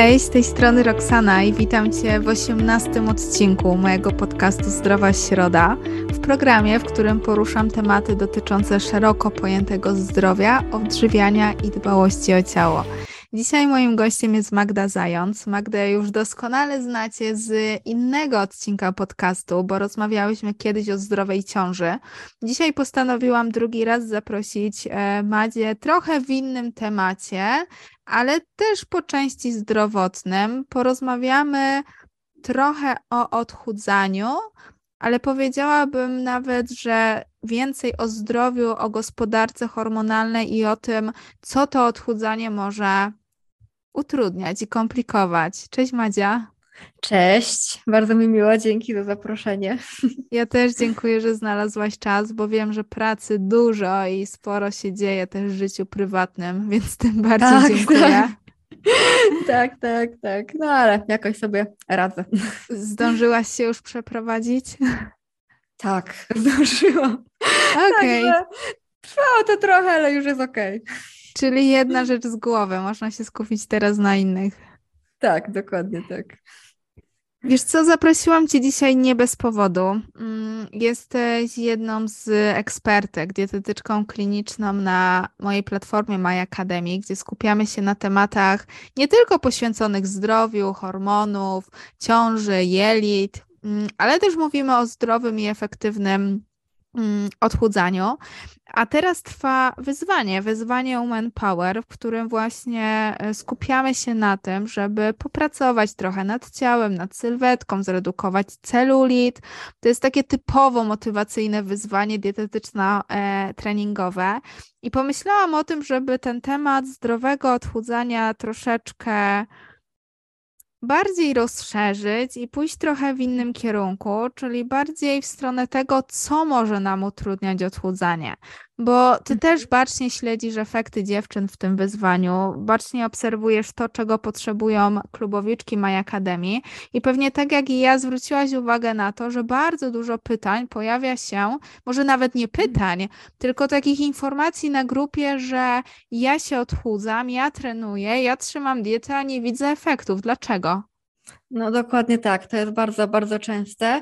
Cześć, z tej strony Roxana i witam Cię w 18 odcinku mojego podcastu Zdrowa Środa, w programie, w którym poruszam tematy dotyczące szeroko pojętego zdrowia, odżywiania i dbałości o ciało. Dzisiaj moim gościem jest Magda Zając. Magdę już doskonale znacie z innego odcinka podcastu, bo rozmawiałyśmy kiedyś o zdrowej ciąży. Dzisiaj postanowiłam drugi raz zaprosić Madzię trochę w innym temacie, ale też po części zdrowotnym. Porozmawiamy trochę o odchudzaniu, ale powiedziałabym nawet, że więcej o zdrowiu, o gospodarce hormonalnej i o tym, co to odchudzanie może utrudniać i komplikować. Cześć Madzia. Cześć, bardzo mi miło, dzięki za zaproszenie. Ja też dziękuję, że znalazłaś czas, bo wiem, że pracy dużo i sporo się dzieje też w życiu prywatnym, więc tym bardziej dziękuję. Tak. No ale jakoś sobie radzę. Zdążyłaś się już przeprowadzić? Tak, zdążyłam. Okej. Także trwało to trochę, ale już jest okej. Czyli jedna rzecz z głowy, można się skupić teraz na innych. Tak, dokładnie tak. Wiesz co, zaprosiłam Cię dzisiaj nie bez powodu. Jesteś jedną z ekspertek, dietetyczką kliniczną na mojej platformie My Academy, gdzie skupiamy się na tematach nie tylko poświęconych zdrowiu, hormonów, ciąży, jelit, ale też mówimy o zdrowym i efektywnym odchudzaniu. A teraz trwa wyzwanie Woman Power, w którym właśnie skupiamy się na tym, żeby popracować trochę nad ciałem, nad sylwetką, zredukować celulit. To jest takie typowo motywacyjne wyzwanie dietetyczno-treningowe. I pomyślałam o tym, żeby ten temat zdrowego odchudzania troszeczkę bardziej rozszerzyć i pójść trochę w innym kierunku, czyli bardziej w stronę tego, co może nam utrudniać odchudzanie. Bo ty też bacznie śledzisz efekty dziewczyn w tym wyzwaniu, bacznie obserwujesz to, czego potrzebują klubowiczki My Academy i pewnie tak jak i ja zwróciłaś uwagę na to, że bardzo dużo pytań pojawia się, może nawet nie pytań, tylko takich informacji na grupie, że ja się odchudzam, ja trenuję, ja trzymam dietę, a nie widzę efektów. Dlaczego? No dokładnie tak, to jest bardzo, bardzo częste.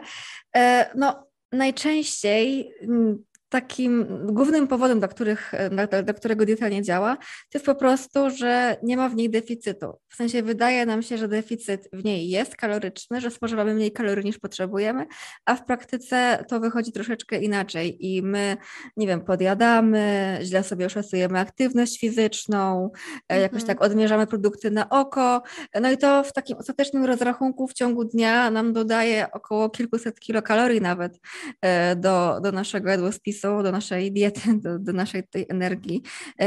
No najczęściej takim głównym powodem, dla którego dieta nie działa, to jest po prostu, że nie ma w niej deficytu. W sensie wydaje nam się, że deficyt w niej jest kaloryczny, że spożywamy mniej kalorii niż potrzebujemy, a w praktyce to wychodzi troszeczkę inaczej i my, nie wiem, podjadamy, źle sobie oszacujemy aktywność fizyczną, jakoś tak odmierzamy produkty na oko, no i to w takim ostatecznym rozrachunku w ciągu dnia nam dodaje około kilkuset kilokalorii nawet do naszego jadłospisu, do naszej diety, do naszej tej energii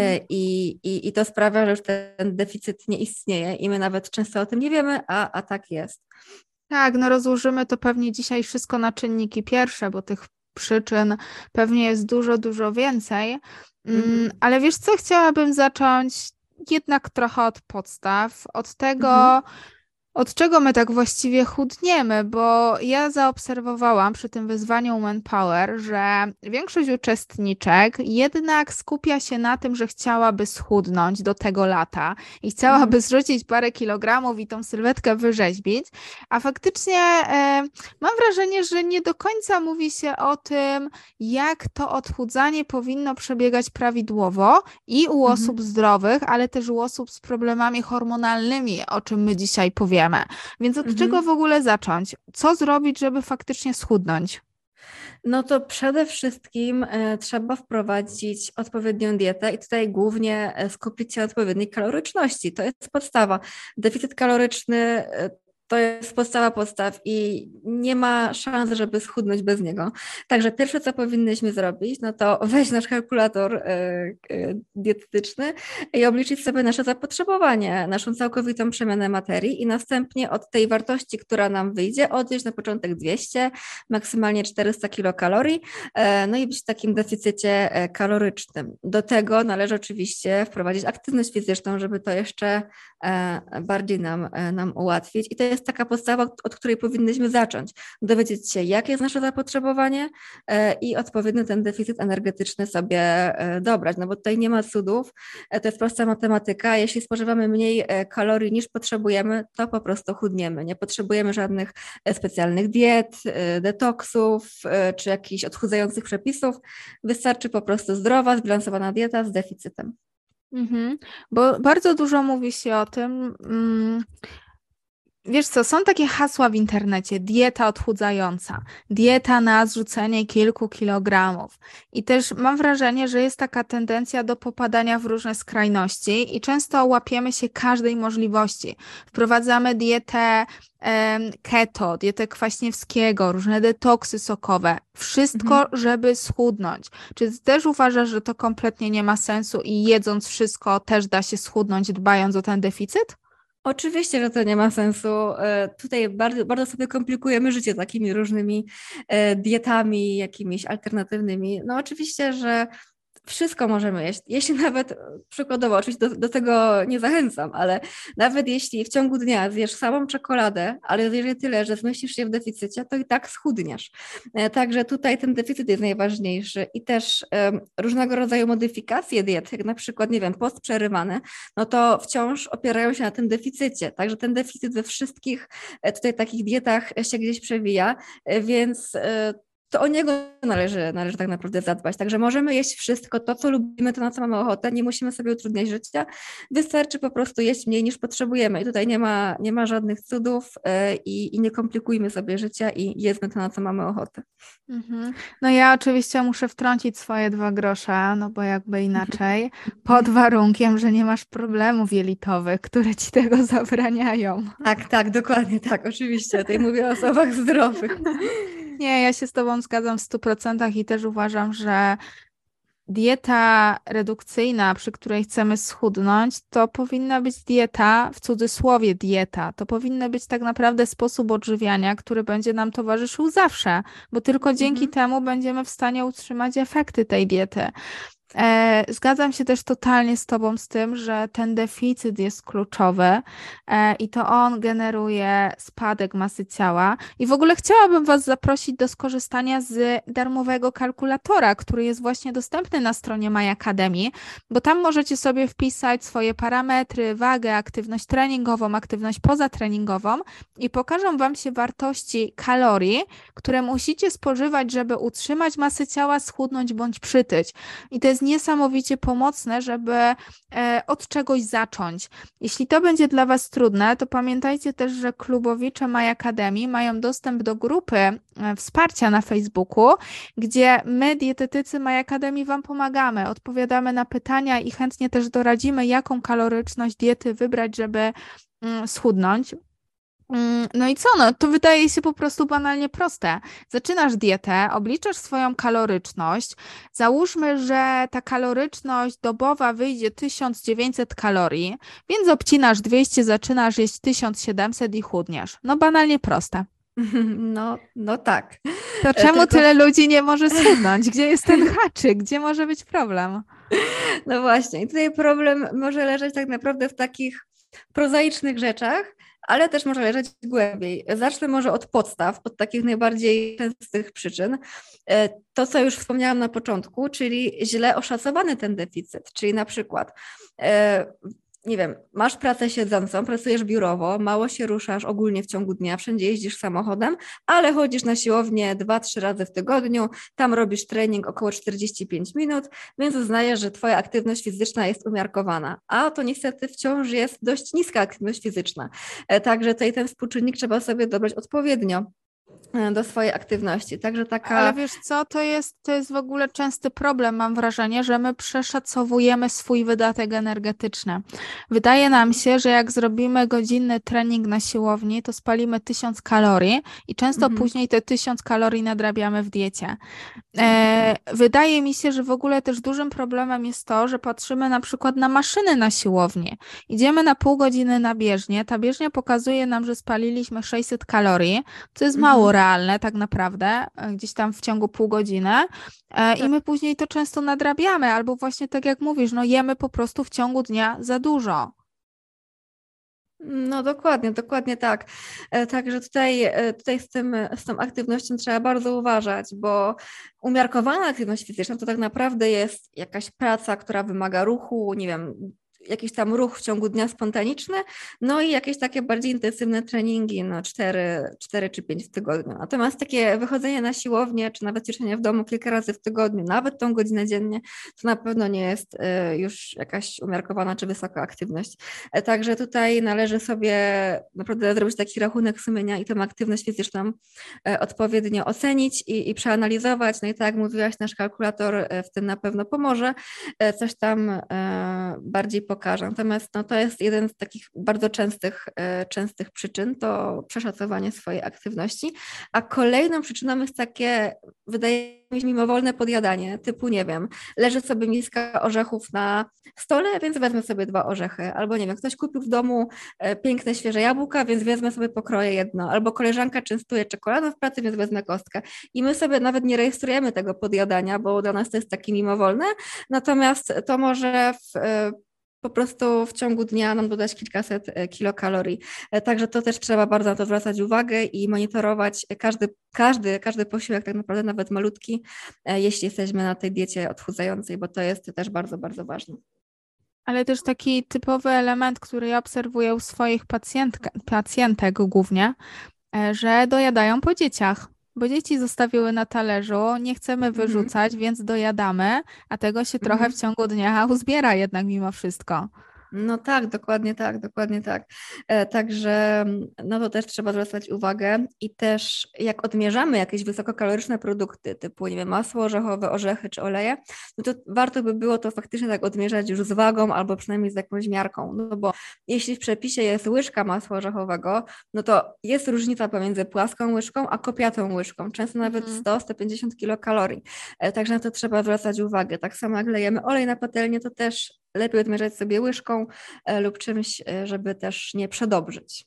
i to sprawia, że już ten deficyt nie istnieje i my nawet często o tym nie wiemy, a tak jest. Tak, no rozłożymy to pewnie dzisiaj wszystko na czynniki pierwsze, bo tych przyczyn pewnie jest dużo, dużo więcej, ale wiesz co, chciałabym zacząć jednak trochę od podstaw, od tego, od czego my tak właściwie chudniemy, bo ja zaobserwowałam przy tym wyzwaniu Woman Power, że większość uczestniczek jednak skupia się na tym, że chciałaby schudnąć do tego lata i chciałaby zrzucić parę kilogramów i tą sylwetkę wyrzeźbić, a faktycznie mam wrażenie, że nie do końca mówi się o tym, jak to odchudzanie powinno przebiegać prawidłowo i u osób zdrowych, ale też u osób z problemami hormonalnymi, o czym my dzisiaj powiemy. Więc od czego w ogóle zacząć? Co zrobić, żeby faktycznie schudnąć? No to przede wszystkim trzeba wprowadzić odpowiednią dietę i tutaj głównie skupić się na odpowiedniej kaloryczności. To jest podstawa. Deficyt kaloryczny to jest podstawa podstaw i nie ma szans, żeby schudnąć bez niego. Także pierwsze, co powinnyśmy zrobić, no to wejść nasz kalkulator dietetyczny i obliczyć sobie nasze zapotrzebowanie, naszą całkowitą przemianę materii i następnie od tej wartości, która nam wyjdzie, odjąć na początek 200, maksymalnie 400 kilokalorii, no i być w takim deficycie kalorycznym. Do tego należy oczywiście wprowadzić aktywność fizyczną, żeby to jeszcze bardziej nam ułatwić. I to jest jest taka podstawa, od której powinnyśmy zacząć. Dowiedzieć się, jakie jest nasze zapotrzebowanie i odpowiednio ten deficyt energetyczny sobie dobrać, no bo tutaj nie ma cudów, to jest prosta matematyka. Jeśli spożywamy mniej kalorii niż potrzebujemy, to po prostu chudniemy. Nie potrzebujemy żadnych specjalnych diet, detoksów czy jakichś odchudzających przepisów. Wystarczy po prostu zdrowa, zbilansowana dieta z deficytem. Bo bardzo dużo mówi się o tym, wiesz co, są takie hasła w internecie, dieta odchudzająca, dieta na zrzucenie kilku kilogramów i też mam wrażenie, że jest taka tendencja do popadania w różne skrajności i często łapiemy się każdej możliwości. Wprowadzamy dietę keto, dietę Kwaśniewskiego, różne detoksy sokowe, wszystko, żeby schudnąć. Czy ty też uważasz, że to kompletnie nie ma sensu i jedząc wszystko też da się schudnąć, dbając o ten deficyt? Oczywiście, że to nie ma sensu. Tutaj bardzo, bardzo sobie komplikujemy życie takimi różnymi dietami, jakimiś alternatywnymi. No oczywiście, że wszystko możemy jeść. Jeśli nawet, przykładowo, oczywiście do tego nie zachęcam, ale nawet jeśli w ciągu dnia zjesz samą czekoladę, ale zjesz je tyle, że zmieścisz się w deficycie, to i tak schudniesz. Także tutaj ten deficyt jest najważniejszy i też różnego rodzaju modyfikacje diet, jak na przykład, nie wiem, post przerywany, no to wciąż opierają się na tym deficycie. Także ten deficyt we wszystkich tutaj takich dietach się gdzieś przewija, więc to o niego należy tak naprawdę zadbać. Także możemy jeść wszystko, to co lubimy, to na co mamy ochotę, nie musimy sobie utrudniać życia, wystarczy po prostu jeść mniej niż potrzebujemy i tutaj nie ma żadnych cudów i nie komplikujmy sobie życia i jedzmy to, na co mamy ochotę. No ja oczywiście muszę wtrącić swoje 2 grosze, no bo jakby inaczej, pod warunkiem, że nie masz problemów jelitowych, które ci tego zabraniają. Tak, dokładnie tak, oczywiście, tutaj mówię o osobach zdrowych. Nie, ja się z tobą zgadzam w 100% i też uważam, że dieta redukcyjna, przy której chcemy schudnąć, to powinna być dieta, w cudzysłowie dieta, to powinien być tak naprawdę sposób odżywiania, który będzie nam towarzyszył zawsze, bo tylko dzięki temu będziemy w stanie utrzymać efekty tej diety. Zgadzam się też totalnie z tobą z tym, że ten deficyt jest kluczowy i to on generuje spadek masy ciała. I w ogóle chciałabym was zaprosić do skorzystania z darmowego kalkulatora, który jest właśnie dostępny na stronie My Academy, bo tam możecie sobie wpisać swoje parametry, wagę, aktywność treningową, aktywność pozatreningową i pokażą wam się wartości kalorii, które musicie spożywać, żeby utrzymać masę ciała, schudnąć bądź przytyć. I to jest niesamowicie pomocne, żeby od czegoś zacząć. Jeśli to będzie dla was trudne, to pamiętajcie też, że klubowicze My Academy mają dostęp do grupy wsparcia na Facebooku, gdzie my, dietetycy My Academy, wam pomagamy, odpowiadamy na pytania i chętnie też doradzimy, jaką kaloryczność diety wybrać, żeby schudnąć. No i co? No, to wydaje się po prostu banalnie proste. Zaczynasz dietę, obliczasz swoją kaloryczność. Załóżmy, że ta kaloryczność dobowa wyjdzie 1900 kalorii, więc obcinasz 200, zaczynasz jeść 1700 i chudniesz. No banalnie proste. No tak. To czemu tyle ludzi nie może schudnąć? Gdzie jest ten haczyk? Gdzie może być problem? No właśnie. I tutaj problem może leżeć tak naprawdę w takich prozaicznych rzeczach, ale też może leżeć głębiej. Zacznę może od podstaw, od takich najbardziej częstych przyczyn. To, co już wspomniałam na początku, czyli źle oszacowany ten deficyt, czyli na przykład nie wiem, masz pracę siedzącą, pracujesz biurowo, mało się ruszasz ogólnie w ciągu dnia, wszędzie jeździsz samochodem, ale chodzisz na siłownię 2-3 razy w tygodniu, tam robisz trening około 45 minut, więc uznajesz, że twoja aktywność fizyczna jest umiarkowana, a to niestety wciąż jest dość niska aktywność fizyczna. Także tutaj ten współczynnik trzeba sobie dobrać odpowiednio do swojej aktywności. Także taka... Ale wiesz co, to jest w ogóle częsty problem, mam wrażenie, że my przeszacowujemy swój wydatek energetyczny. Wydaje nam się, że jak zrobimy godzinny trening na siłowni, to spalimy 1000 kalorii i często później te 1000 kalorii nadrabiamy w diecie. Wydaje mi się, że w ogóle też dużym problemem jest to, że patrzymy na przykład na maszyny na siłowni. Idziemy na pół godziny na bieżnię, ta bieżnia pokazuje nam, że spaliliśmy 600 kalorii, co jest mało realne tak naprawdę, gdzieś tam w ciągu pół godziny i my później to często nadrabiamy, albo właśnie tak jak mówisz, no jemy po prostu w ciągu dnia za dużo. No dokładnie tak. Także tutaj z tą aktywnością trzeba bardzo uważać, bo umiarkowana aktywność fizyczna to tak naprawdę jest jakaś praca, która wymaga ruchu, nie wiem, jakiś tam ruch w ciągu dnia spontaniczny, no i jakieś takie bardziej intensywne treningi, no 4 czy 5 w tygodniu. Natomiast takie wychodzenie na siłownię, czy nawet ćwiczenie w domu kilka razy w tygodniu, nawet tą godzinę dziennie, to na pewno nie jest już jakaś umiarkowana czy wysoka aktywność. Także tutaj należy sobie naprawdę zrobić taki rachunek sumienia i tę aktywność fizyczną odpowiednio ocenić i przeanalizować. No i tak jak mówiłaś, nasz kalkulator w tym na pewno pomoże. Coś tam bardziej pokaże. Natomiast no, to jest jeden z takich bardzo częstych przyczyn, to przeszacowanie swojej aktywności. A kolejną przyczyną jest takie, wydaje mi się, mimowolne podjadanie, typu nie wiem, leży sobie miska orzechów na stole, więc wezmę sobie 2 orzechy. Albo nie wiem, ktoś kupił w domu piękne, świeże jabłka, więc wezmę sobie pokroję jedno. Albo koleżanka częstuje czekoladą w pracy, więc wezmę kostkę. I my sobie nawet nie rejestrujemy tego podjadania, bo dla nas to jest takie mimowolne, natomiast to może po prostu w ciągu dnia nam dodać kilkaset kilokalorii. Także to też trzeba bardzo na to zwracać uwagę i monitorować każdy posiłek, tak naprawdę nawet malutki, jeśli jesteśmy na tej diecie odchudzającej, bo to jest też bardzo, bardzo ważne. Ale też taki typowy element, który ja obserwuję u swoich pacjentek głównie, że dojadają po dzieciach. Bo dzieci zostawiły na talerzu, nie chcemy wyrzucać, więc dojadamy, a tego się trochę w ciągu dnia uzbiera jednak mimo wszystko. No tak, dokładnie tak. Także no to też trzeba zwracać uwagę i też jak odmierzamy jakieś wysokokaloryczne produkty typu, nie wiem, masło orzechowe, orzechy czy oleje, no to warto by było to faktycznie tak odmierzać już z wagą albo przynajmniej z jakąś miarką, no bo jeśli w przepisie jest łyżka masła orzechowego, no to jest różnica pomiędzy płaską łyżką a kopiatą łyżką, często nawet 100-150 kilokalorii, także na to trzeba zwracać uwagę. Tak samo jak lejemy olej na patelnię, to też lepiej odmierzać sobie łyżką lub czymś, żeby też nie przedobrzyć.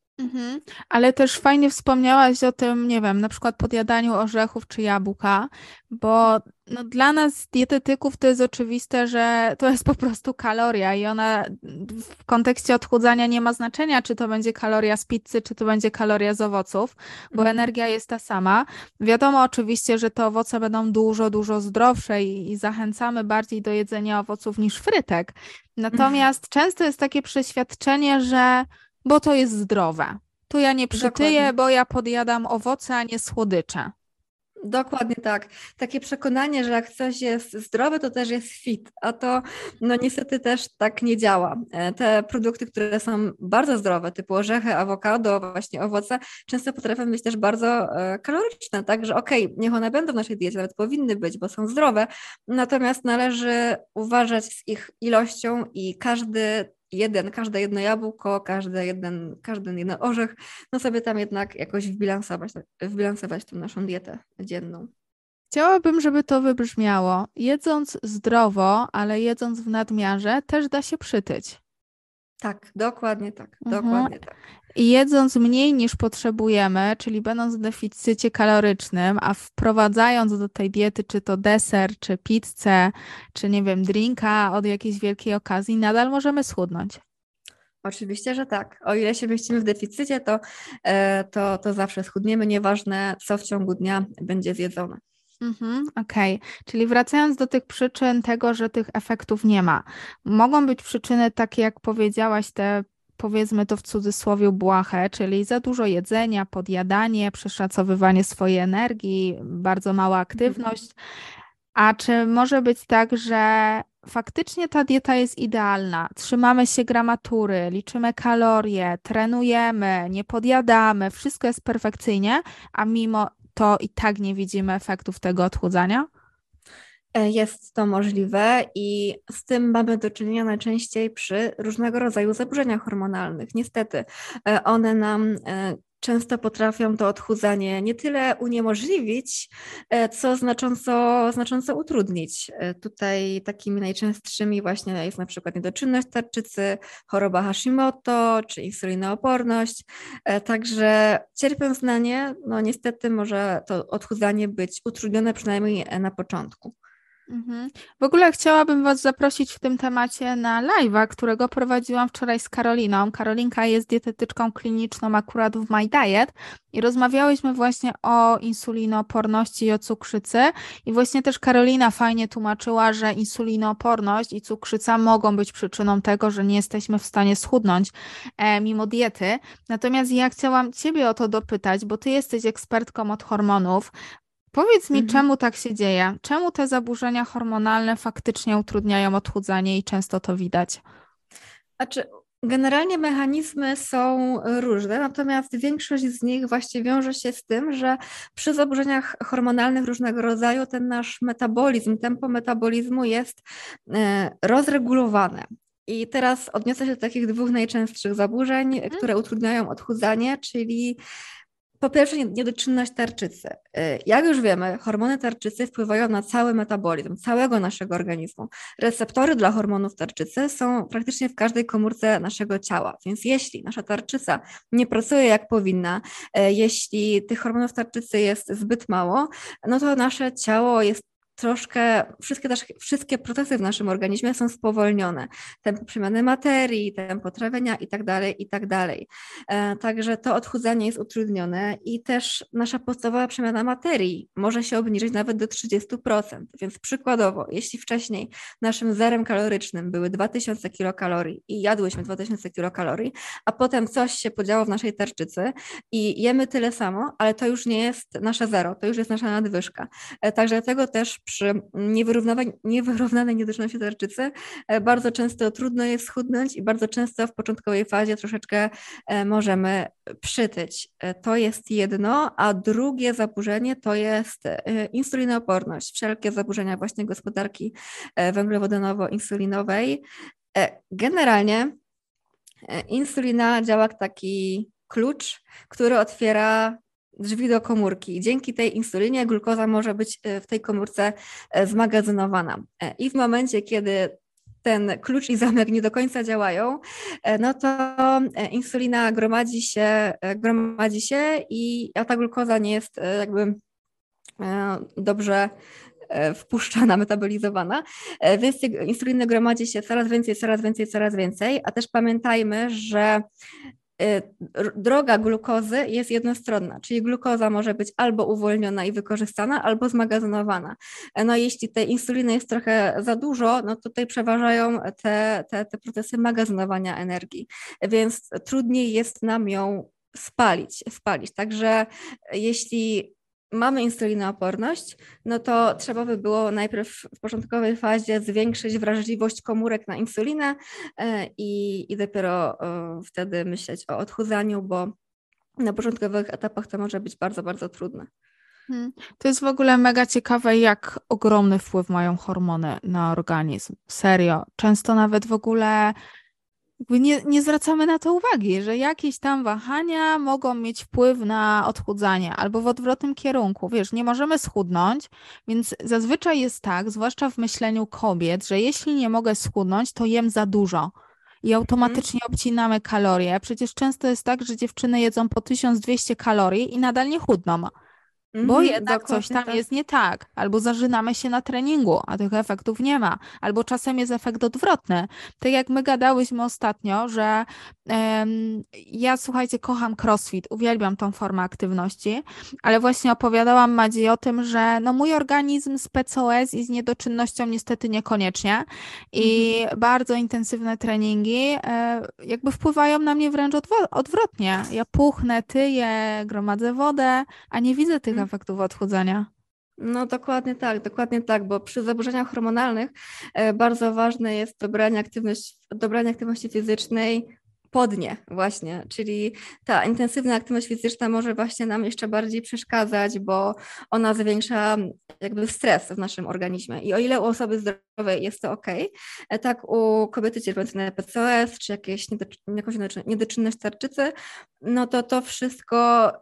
Ale też fajnie wspomniałaś o tym, nie wiem, na przykład podjadaniu orzechów czy jabłka, bo no, dla nas dietetyków to jest oczywiste, że to jest po prostu kaloria i ona w kontekście odchudzania nie ma znaczenia, czy to będzie kaloria z pizzy, czy to będzie kaloria z owoców, bo energia jest ta sama. Wiadomo oczywiście, że te owoce będą dużo, dużo zdrowsze i zachęcamy bardziej do jedzenia owoców niż frytek. Natomiast często jest takie przeświadczenie, że bo to jest zdrowe. Tu ja nie przytyję, Dokładnie. bo ja podjadam owoce, a nie słodycze. Dokładnie tak. Takie przekonanie, że jak coś jest zdrowe, to też jest fit, a to no niestety też tak nie działa. Te produkty, które są bardzo zdrowe, typu orzechy, awokado, właśnie owoce, często potrafią być też bardzo kaloryczne, także okej, niech one będą w naszej diecie, nawet powinny być, bo są zdrowe, natomiast należy uważać z ich ilością i każde jedno jabłko, każdy jeden orzech, no sobie tam jednak jakoś wbilansować tą naszą dietę dzienną. Chciałabym, żeby to wybrzmiało. Jedząc zdrowo, ale jedząc w nadmiarze, też da się przytyć. Tak, dokładnie tak, Mhm. dokładnie tak. I jedząc mniej niż potrzebujemy, czyli będąc w deficycie kalorycznym, a wprowadzając do tej diety czy to deser, czy pizzę, czy nie wiem, drinka od jakiejś wielkiej okazji, nadal możemy schudnąć. Oczywiście, że tak. O ile się mieścimy w deficycie, to zawsze schudniemy, nieważne co w ciągu dnia będzie zjedzone. Okej. Czyli wracając do tych przyczyn tego, że tych efektów nie ma. Mogą być przyczyny takie, jak powiedziałaś, te powiedzmy to w cudzysłowie błahe, czyli za dużo jedzenia, podjadanie, przeszacowywanie swojej energii, bardzo mała aktywność. A czy może być tak, że faktycznie ta dieta jest idealna? Trzymamy się gramatury, liczymy kalorie, trenujemy, nie podjadamy, wszystko jest perfekcyjnie, a mimo to i tak nie widzimy efektów tego odchudzania? Jest to możliwe i z tym mamy do czynienia najczęściej przy różnego rodzaju zaburzeniach hormonalnych. Niestety, one nam często potrafią to odchudzanie nie tyle uniemożliwić, co znacząco utrudnić. Tutaj takimi najczęstszymi właśnie jest na przykład niedoczynność tarczycy, choroba Hashimoto czy insulinooporność. Także cierpiąc na nie, no niestety może to odchudzanie być utrudnione przynajmniej na początku. Mhm. W ogóle chciałabym Was zaprosić w tym temacie na live'a, którego prowadziłam wczoraj z Karoliną. Karolinka jest dietetyczką kliniczną akurat w My Diet i rozmawiałyśmy właśnie o insulinooporności i o cukrzycy. I właśnie też Karolina fajnie tłumaczyła, że insulinooporność i cukrzyca mogą być przyczyną tego, że nie jesteśmy w stanie schudnąć mimo diety. Natomiast ja chciałam Ciebie o to dopytać, bo Ty jesteś ekspertką od hormonów. Powiedz mi, Mhm. czemu tak się dzieje? Czemu te zaburzenia hormonalne faktycznie utrudniają odchudzanie i często to widać? Znaczy, generalnie mechanizmy są różne, natomiast większość z nich właśnie wiąże się z tym, że przy zaburzeniach hormonalnych różnego rodzaju ten nasz metabolizm, tempo metabolizmu jest rozregulowane. I teraz odniosę się do takich dwóch najczęstszych zaburzeń, które utrudniają odchudzanie, czyli po pierwsze, niedoczynność tarczycy. Jak już wiemy, hormony tarczycy wpływają na cały metabolizm, całego naszego organizmu. Receptory dla hormonów tarczycy są praktycznie w każdej komórce naszego ciała, więc jeśli nasza tarczyca nie pracuje jak powinna, jeśli tych hormonów tarczycy jest zbyt mało, no to nasze ciało jest troszkę, wszystkie procesy w naszym organizmie są spowolnione. Tempo przemiany materii, tempo trawienia i tak dalej, i tak dalej. Także to odchudzanie jest utrudnione i też nasza podstawowa przemiana materii może się obniżyć nawet do 30%. Więc przykładowo, jeśli wcześniej naszym zerem kalorycznym były 2000 kilokalorii i jadłyśmy 2000 kilokalorii, a potem coś się podziało w naszej tarczycy i jemy tyle samo, ale to już nie jest nasze zero, to już jest nasza nadwyżka. Także dlatego też przy niewyrównanej niedoczynności tarczycy bardzo często trudno jest schudnąć i bardzo często w początkowej fazie troszeczkę możemy przytyć. To jest jedno, a drugie zaburzenie to jest insulinooporność, wszelkie zaburzenia właśnie gospodarki węglowodanowo-insulinowej. Generalnie insulina działa jak taki klucz, który otwiera drzwi do komórki. Dzięki tej insulinie glukoza może być w tej komórce zmagazynowana. I w momencie, kiedy ten klucz i zamek nie do końca działają, no to insulina gromadzi się i ta glukoza nie jest jakby dobrze wpuszczana, metabolizowana, więc tej insuliny gromadzi się coraz więcej, coraz więcej, coraz więcej, a też pamiętajmy, że droga glukozy jest jednostronna, czyli glukoza może być albo uwolniona i wykorzystana, albo zmagazynowana. No jeśli tej insuliny jest trochę za dużo, no to tutaj przeważają te procesy magazynowania energii, więc trudniej jest nam ją spalić. Także jeśli mamy insulinooporność, no to trzeba by było najpierw w początkowej fazie zwiększyć wrażliwość komórek na insulinę i dopiero wtedy myśleć o odchudzaniu, bo na początkowych etapach to może być bardzo, bardzo trudne. To jest w ogóle mega ciekawe, jak ogromny wpływ mają hormony na organizm. Serio. Często nawet w ogóle jakby nie zwracamy na to uwagi, że jakieś tam wahania mogą mieć wpływ na odchudzanie albo w odwrotnym kierunku. Wiesz, nie możemy schudnąć, więc zazwyczaj jest tak, zwłaszcza w myśleniu kobiet, że jeśli nie mogę schudnąć, to jem za dużo. I automatycznie obcinamy kalorie. Przecież często jest tak, że dziewczyny jedzą po 1200 kalorii i nadal nie chudną. Bo jednak coś Dokładnie tam tak. jest nie tak, albo zażynamy się na treningu, a tych efektów nie ma, albo czasem jest efekt odwrotny. Tak jak my gadałyśmy ostatnio, że ja słuchajcie, kocham CrossFit, uwielbiam tą formę aktywności, ale właśnie opowiadałam Madzi o tym, że no mój organizm z PCOS i z niedoczynnością niestety niekoniecznie i bardzo intensywne treningi jakby wpływają na mnie wręcz odwrotnie. Ja puchnę, tyję, gromadzę wodę, a nie widzę tych efektów odchudzania. No dokładnie tak, bo przy zaburzeniach hormonalnych bardzo ważne jest dobranie aktywności fizycznej po dnie właśnie, czyli ta intensywna aktywność fizyczna może właśnie nam jeszcze bardziej przeszkadzać, bo ona zwiększa jakby stres w naszym organizmie i o ile u osoby zdrowej jest to ok, tak u kobiety cierpiącej na PCOS czy jakąś niedoczynność tarczycy, no to wszystko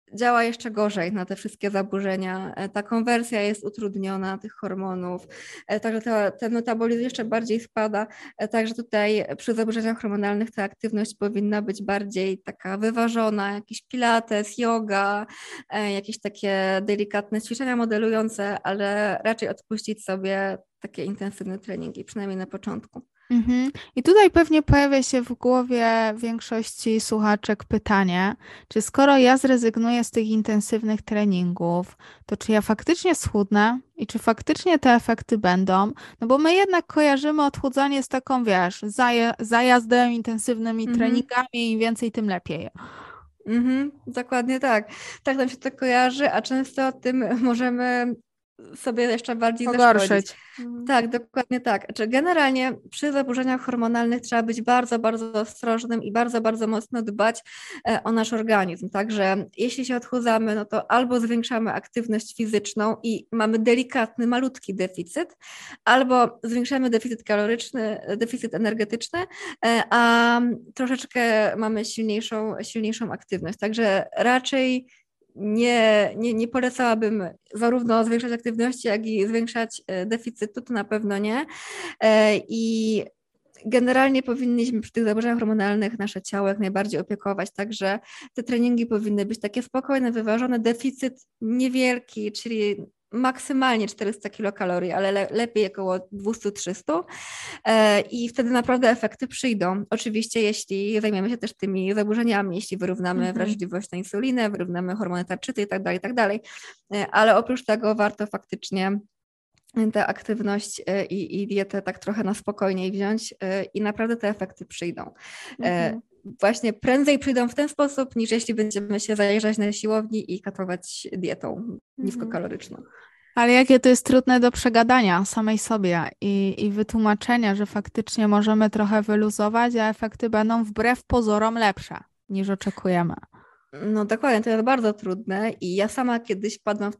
działa jeszcze gorzej na te wszystkie zaburzenia. Ta konwersja jest utrudniona tych hormonów, także ten metabolizm jeszcze bardziej spada. Także tutaj przy zaburzeniach hormonalnych ta aktywność powinna być bardziej taka wyważona, jakiś pilates, yoga, jakieś takie delikatne ćwiczenia modelujące, ale raczej odpuścić sobie takie intensywne treningi, przynajmniej na początku. I tutaj pewnie pojawia się w głowie większości słuchaczek pytanie, czy skoro ja zrezygnuję z tych intensywnych treningów, to czy ja faktycznie schudnę i czy faktycznie te efekty będą? No bo my jednak kojarzymy odchudzanie z taką, wiesz, zajazdem, intensywnymi treningami, im więcej, tym lepiej. Dokładnie tak. Tak nam się to kojarzy, a często tym możemy sobie jeszcze bardziej zaszkodzić. Tak, dokładnie tak. Znaczy, generalnie przy zaburzeniach hormonalnych trzeba być bardzo, bardzo ostrożnym i bardzo, bardzo mocno dbać o nasz organizm. Także jeśli się odchudzamy, no to albo zwiększamy aktywność fizyczną i mamy delikatny, malutki deficyt, albo zwiększamy deficyt kaloryczny, deficyt energetyczny, a troszeczkę mamy silniejszą aktywność. Także raczej nie polecałabym zarówno zwiększać aktywności, jak i zwiększać deficytu, to na pewno nie. I generalnie powinniśmy przy tych zaburzeniach hormonalnych nasze ciało jak najbardziej opiekować, także te treningi powinny być takie spokojne, wyważone, deficyt niewielki, czyli maksymalnie 400 kilokalorii, ale lepiej około 200-300 i wtedy naprawdę efekty przyjdą. Oczywiście jeśli zajmiemy się też tymi zaburzeniami, jeśli wyrównamy wrażliwość na insulinę, wyrównamy hormony tarczycy i tak dalej, ale oprócz tego warto faktycznie tę aktywność i dietę tak trochę na spokojniej wziąć i naprawdę te efekty przyjdą. Właśnie prędzej przyjdą w ten sposób, niż jeśli będziemy się zajeżdżać na siłowni i katować dietą niskokaloryczną. Ale jakie to jest trudne do przegadania samej sobie i wytłumaczenia, że faktycznie możemy trochę wyluzować, a efekty będą wbrew pozorom lepsze niż oczekujemy. No dokładnie, to jest bardzo trudne i ja sama kiedyś wpadłam w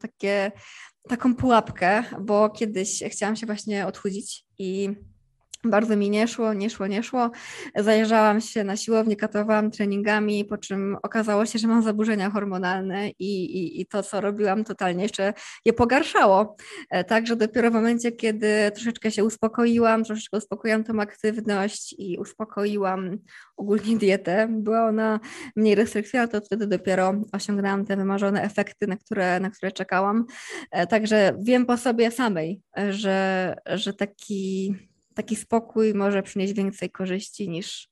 taką pułapkę, bo kiedyś chciałam się właśnie odchudzić i bardzo mi nie szło. Zajeżdżałam się na siłownię, katowałam treningami, po czym okazało się, że mam zaburzenia hormonalne i to, co robiłam, totalnie jeszcze je pogarszało. Także dopiero w momencie, kiedy troszeczkę się uspokoiłam tą aktywność i uspokoiłam ogólnie dietę, była ona mniej restrykcyjna, to wtedy dopiero osiągnęłam te wymarzone efekty, na które czekałam. Także wiem po sobie samej, że taki spokój może przynieść więcej korzyści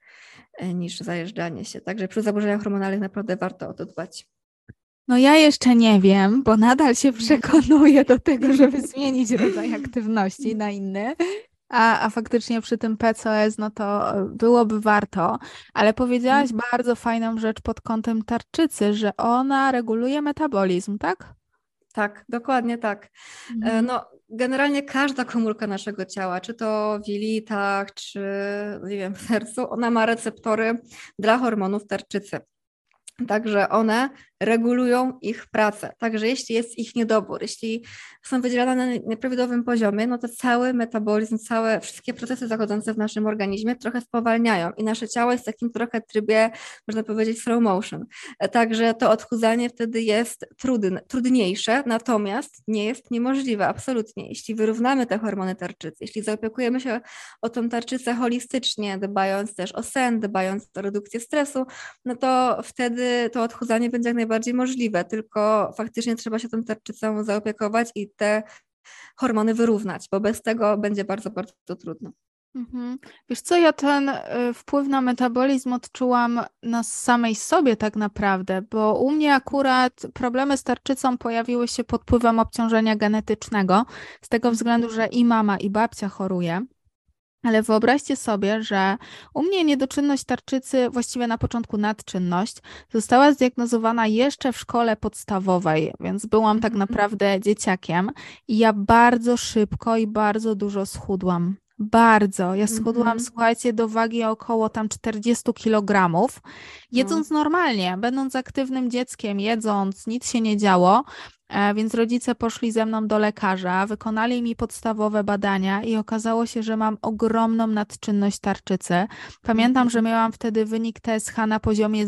niż zajeżdżanie się. Także przy zaburzeniach hormonalnych naprawdę warto o to dbać. No ja jeszcze nie wiem, bo nadal się przekonuję do tego, żeby zmienić rodzaj aktywności na inny. A faktycznie przy tym PCOS, no to byłoby warto, ale powiedziałaś bardzo fajną rzecz pod kątem tarczycy, że ona reguluje metabolizm, tak? Tak, dokładnie tak. No, generalnie każda komórka naszego ciała, czy to w jelitach, czy nie wiem, w sercu, ona ma receptory dla hormonów tarczycy. Także one regulują ich pracę. Także jeśli jest ich niedobór, jeśli są wydzielane na nieprawidłowym poziomie, no to cały metabolizm, wszystkie procesy zachodzące w naszym organizmie trochę spowalniają i nasze ciało jest w takim trochę trybie, można powiedzieć, slow motion. Także to odchudzanie wtedy jest trudniejsze, natomiast nie jest niemożliwe, absolutnie. Jeśli wyrównamy te hormony tarczycy, jeśli zaopiekujemy się o tą tarczycę holistycznie, dbając też o sen, dbając o redukcję stresu, no to wtedy to odchudzanie będzie jak najbardziej możliwe, tylko faktycznie trzeba się tą tarczycą zaopiekować i te hormony wyrównać, bo bez tego będzie bardzo, bardzo trudno. Wiesz co, ja ten wpływ na metabolizm odczułam na samej sobie tak naprawdę, bo u mnie akurat problemy z tarczycą pojawiły się pod wpływem obciążenia genetycznego, z tego względu, że i mama, i babcia choruje. Ale wyobraźcie sobie, że u mnie niedoczynność tarczycy, właściwie na początku nadczynność, została zdiagnozowana jeszcze w szkole podstawowej, więc byłam tak naprawdę dzieciakiem i ja bardzo szybko i bardzo dużo schudłam. Bardzo. Ja schudłam, słuchajcie, do wagi około tam 40 kg, jedząc normalnie, będąc aktywnym dzieckiem, jedząc, nic się nie działo, Więc rodzice poszli ze mną do lekarza, wykonali mi podstawowe badania i okazało się, że mam ogromną nadczynność tarczycy. Pamiętam, że miałam wtedy wynik TSH na poziomie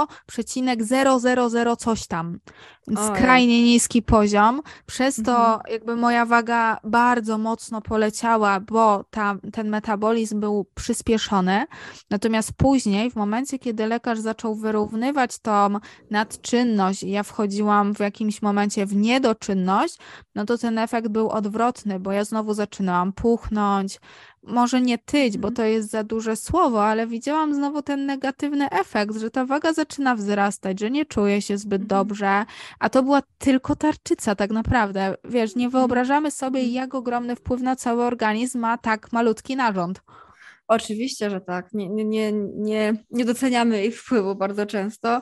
0,000 coś tam. Więc Ojej. skrajnie niski poziom. Przez to jakby moja waga bardzo mocno poleciała, bo ten metabolizm był przyspieszony. Natomiast później, w momencie, kiedy lekarz zaczął wyrównywać tą nadczynność i ja wchodziłam w jakimś momencie w niedoczynność, no to ten efekt był odwrotny, bo ja znowu zaczynałam puchnąć, może nie tyć, bo to jest za duże słowo, ale widziałam znowu ten negatywny efekt, że ta waga zaczyna wzrastać, że nie czuję się zbyt dobrze, a to była tylko tarczyca tak naprawdę. Wiesz, nie wyobrażamy sobie, jak ogromny wpływ na cały organizm ma tak malutki narząd. Oczywiście, że tak. Nie doceniamy ich wpływu bardzo często,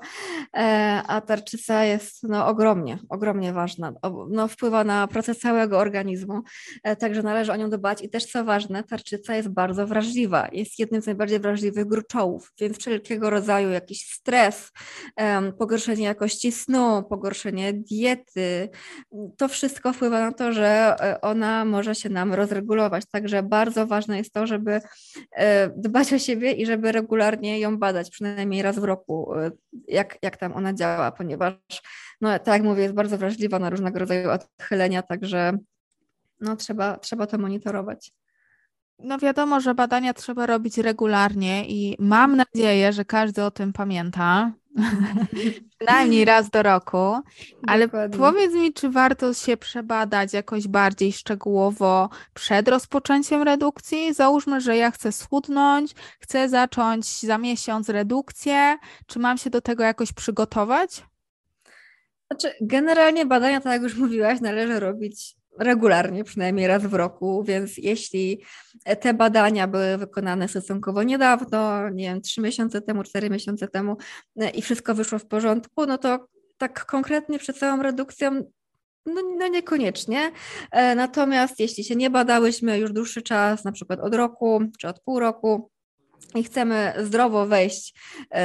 a tarczyca jest no, ogromnie ważna. No, wpływa na proces całego organizmu, także należy o nią dbać. I też co ważne, tarczyca jest bardzo wrażliwa. Jest jednym z najbardziej wrażliwych gruczołów, więc wszelkiego rodzaju jakiś stres, pogorszenie jakości snu, pogorszenie diety, to wszystko wpływa na to, że ona może się nam rozregulować. Także bardzo ważne jest to, żeby dbać o siebie i żeby regularnie ją badać, przynajmniej raz w roku, jak tam ona działa, ponieważ, no tak jak mówię, jest bardzo wrażliwa na różnego rodzaju odchylenia, także no, trzeba to monitorować. No wiadomo, że badania trzeba robić regularnie i mam nadzieję, że każdy o tym pamięta. Przynajmniej raz do roku, ale Dokładnie. powiedz mi, czy warto się przebadać jakoś bardziej szczegółowo przed rozpoczęciem redukcji? Załóżmy, że ja chcę schudnąć, chcę zacząć za miesiąc redukcję. Czy mam się do tego jakoś przygotować? Znaczy, generalnie badania, tak jak już mówiłaś, należy robić regularnie, przynajmniej raz w roku, więc jeśli te badania były wykonane stosunkowo niedawno, nie wiem, 3 miesiące temu, 4 miesiące temu i wszystko wyszło w porządku, no to tak konkretnie przed całą redukcją no niekoniecznie. Natomiast jeśli się nie badałyśmy już dłuższy czas, na przykład od roku czy od pół roku, i chcemy zdrowo wejść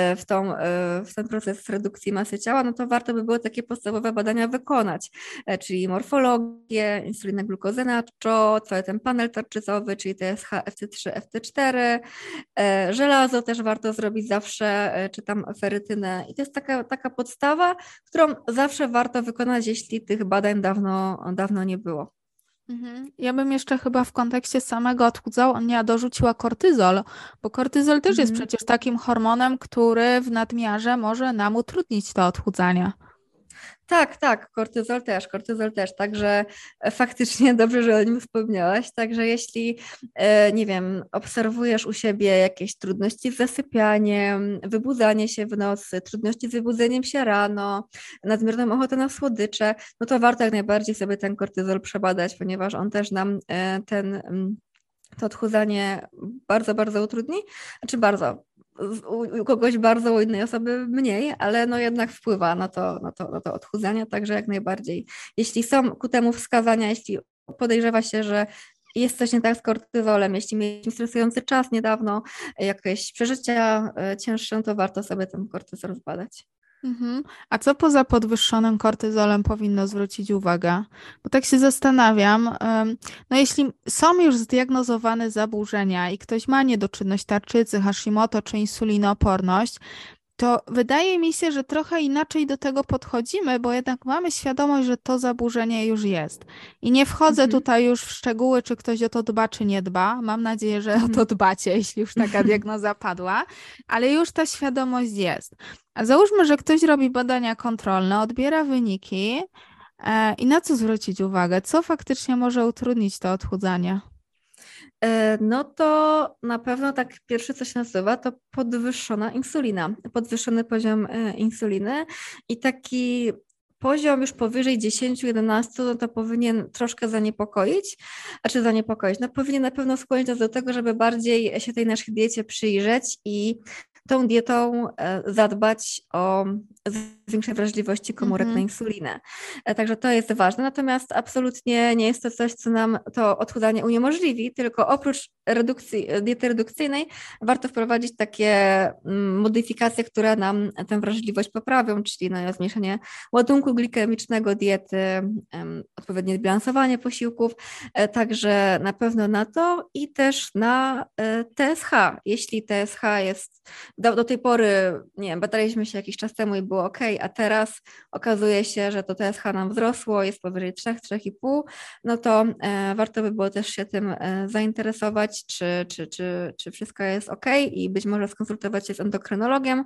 w ten proces redukcji masy ciała, no to warto by było takie podstawowe badania wykonać, czyli morfologię, insulinę, glukozę na czczo, cały ten panel tarczycowy, czyli TSH, FC3, FT4, żelazo też warto zrobić zawsze, czy tam ferytynę. I to jest taka podstawa, którą zawsze warto wykonać, jeśli tych badań dawno nie było. Ja bym jeszcze chyba w kontekście samego odchudzania dorzuciła kortyzol, bo kortyzol też jest przecież takim hormonem, który w nadmiarze może nam utrudnić to odchudzanie. Tak, kortyzol też, także faktycznie dobrze, że o nim wspomniałaś, także jeśli, nie wiem, obserwujesz u siebie jakieś trudności z zasypianiem, wybudzanie się w nocy, trudności z wybudzeniem się rano, nadmierną ochotę na słodycze, no to warto jak najbardziej sobie ten kortyzol przebadać, ponieważ on też nam to odchudzanie bardzo utrudni, znaczy bardzo, u kogoś bardzo, u innej osoby mniej, ale no jednak wpływa na to odchudzanie, także jak najbardziej. Jeśli są ku temu wskazania, jeśli podejrzewa się, że jest coś nie tak z kortyzolem, jeśli mieliśmy stresujący czas niedawno, jakieś przeżycia cięższe, to warto sobie ten kortyzol zbadać. A co poza podwyższonym kortyzolem powinno zwrócić uwagę? Bo tak się zastanawiam, no jeśli są już zdiagnozowane zaburzenia i ktoś ma niedoczynność tarczycy, Hashimoto czy insulinooporność, to wydaje mi się, że trochę inaczej do tego podchodzimy, bo jednak mamy świadomość, że to zaburzenie już jest. I nie wchodzę tutaj już w szczegóły, czy ktoś o to dba, czy nie dba. Mam nadzieję, że o to dbacie, jeśli już taka diagnoza padła, ale już ta świadomość jest. A załóżmy, że ktoś robi badania kontrolne, odbiera wyniki i na co zwrócić uwagę? Co faktycznie może utrudnić to odchudzanie? No to na pewno tak pierwsze, co się nasuwa, to podwyższona insulina, podwyższony poziom insuliny i taki poziom już powyżej 10-11, no to powinien troszkę zaniepokoić, no powinien na pewno skłonić nas do tego, żeby bardziej się tej naszej diecie przyjrzeć i tą dietą zadbać o zwiększenia wrażliwości komórek na insulinę. Także to jest ważne, natomiast absolutnie nie jest to coś, co nam to odchudzanie uniemożliwi, tylko oprócz diety redukcyjnej warto wprowadzić takie modyfikacje, które nam tę wrażliwość poprawią, czyli zmniejszenie ładunku glikemicznego diety, odpowiednie bilansowanie posiłków, także na pewno na to i też na TSH. Jeśli TSH jest do tej pory, nie wiem, badaliśmy się jakiś czas temu i było ok, a teraz okazuje się, że to TSH nam wzrosło, jest powyżej 3, 3,5, no to warto by było też się tym zainteresować, czy wszystko jest ok i być może skonsultować się z endokrynologiem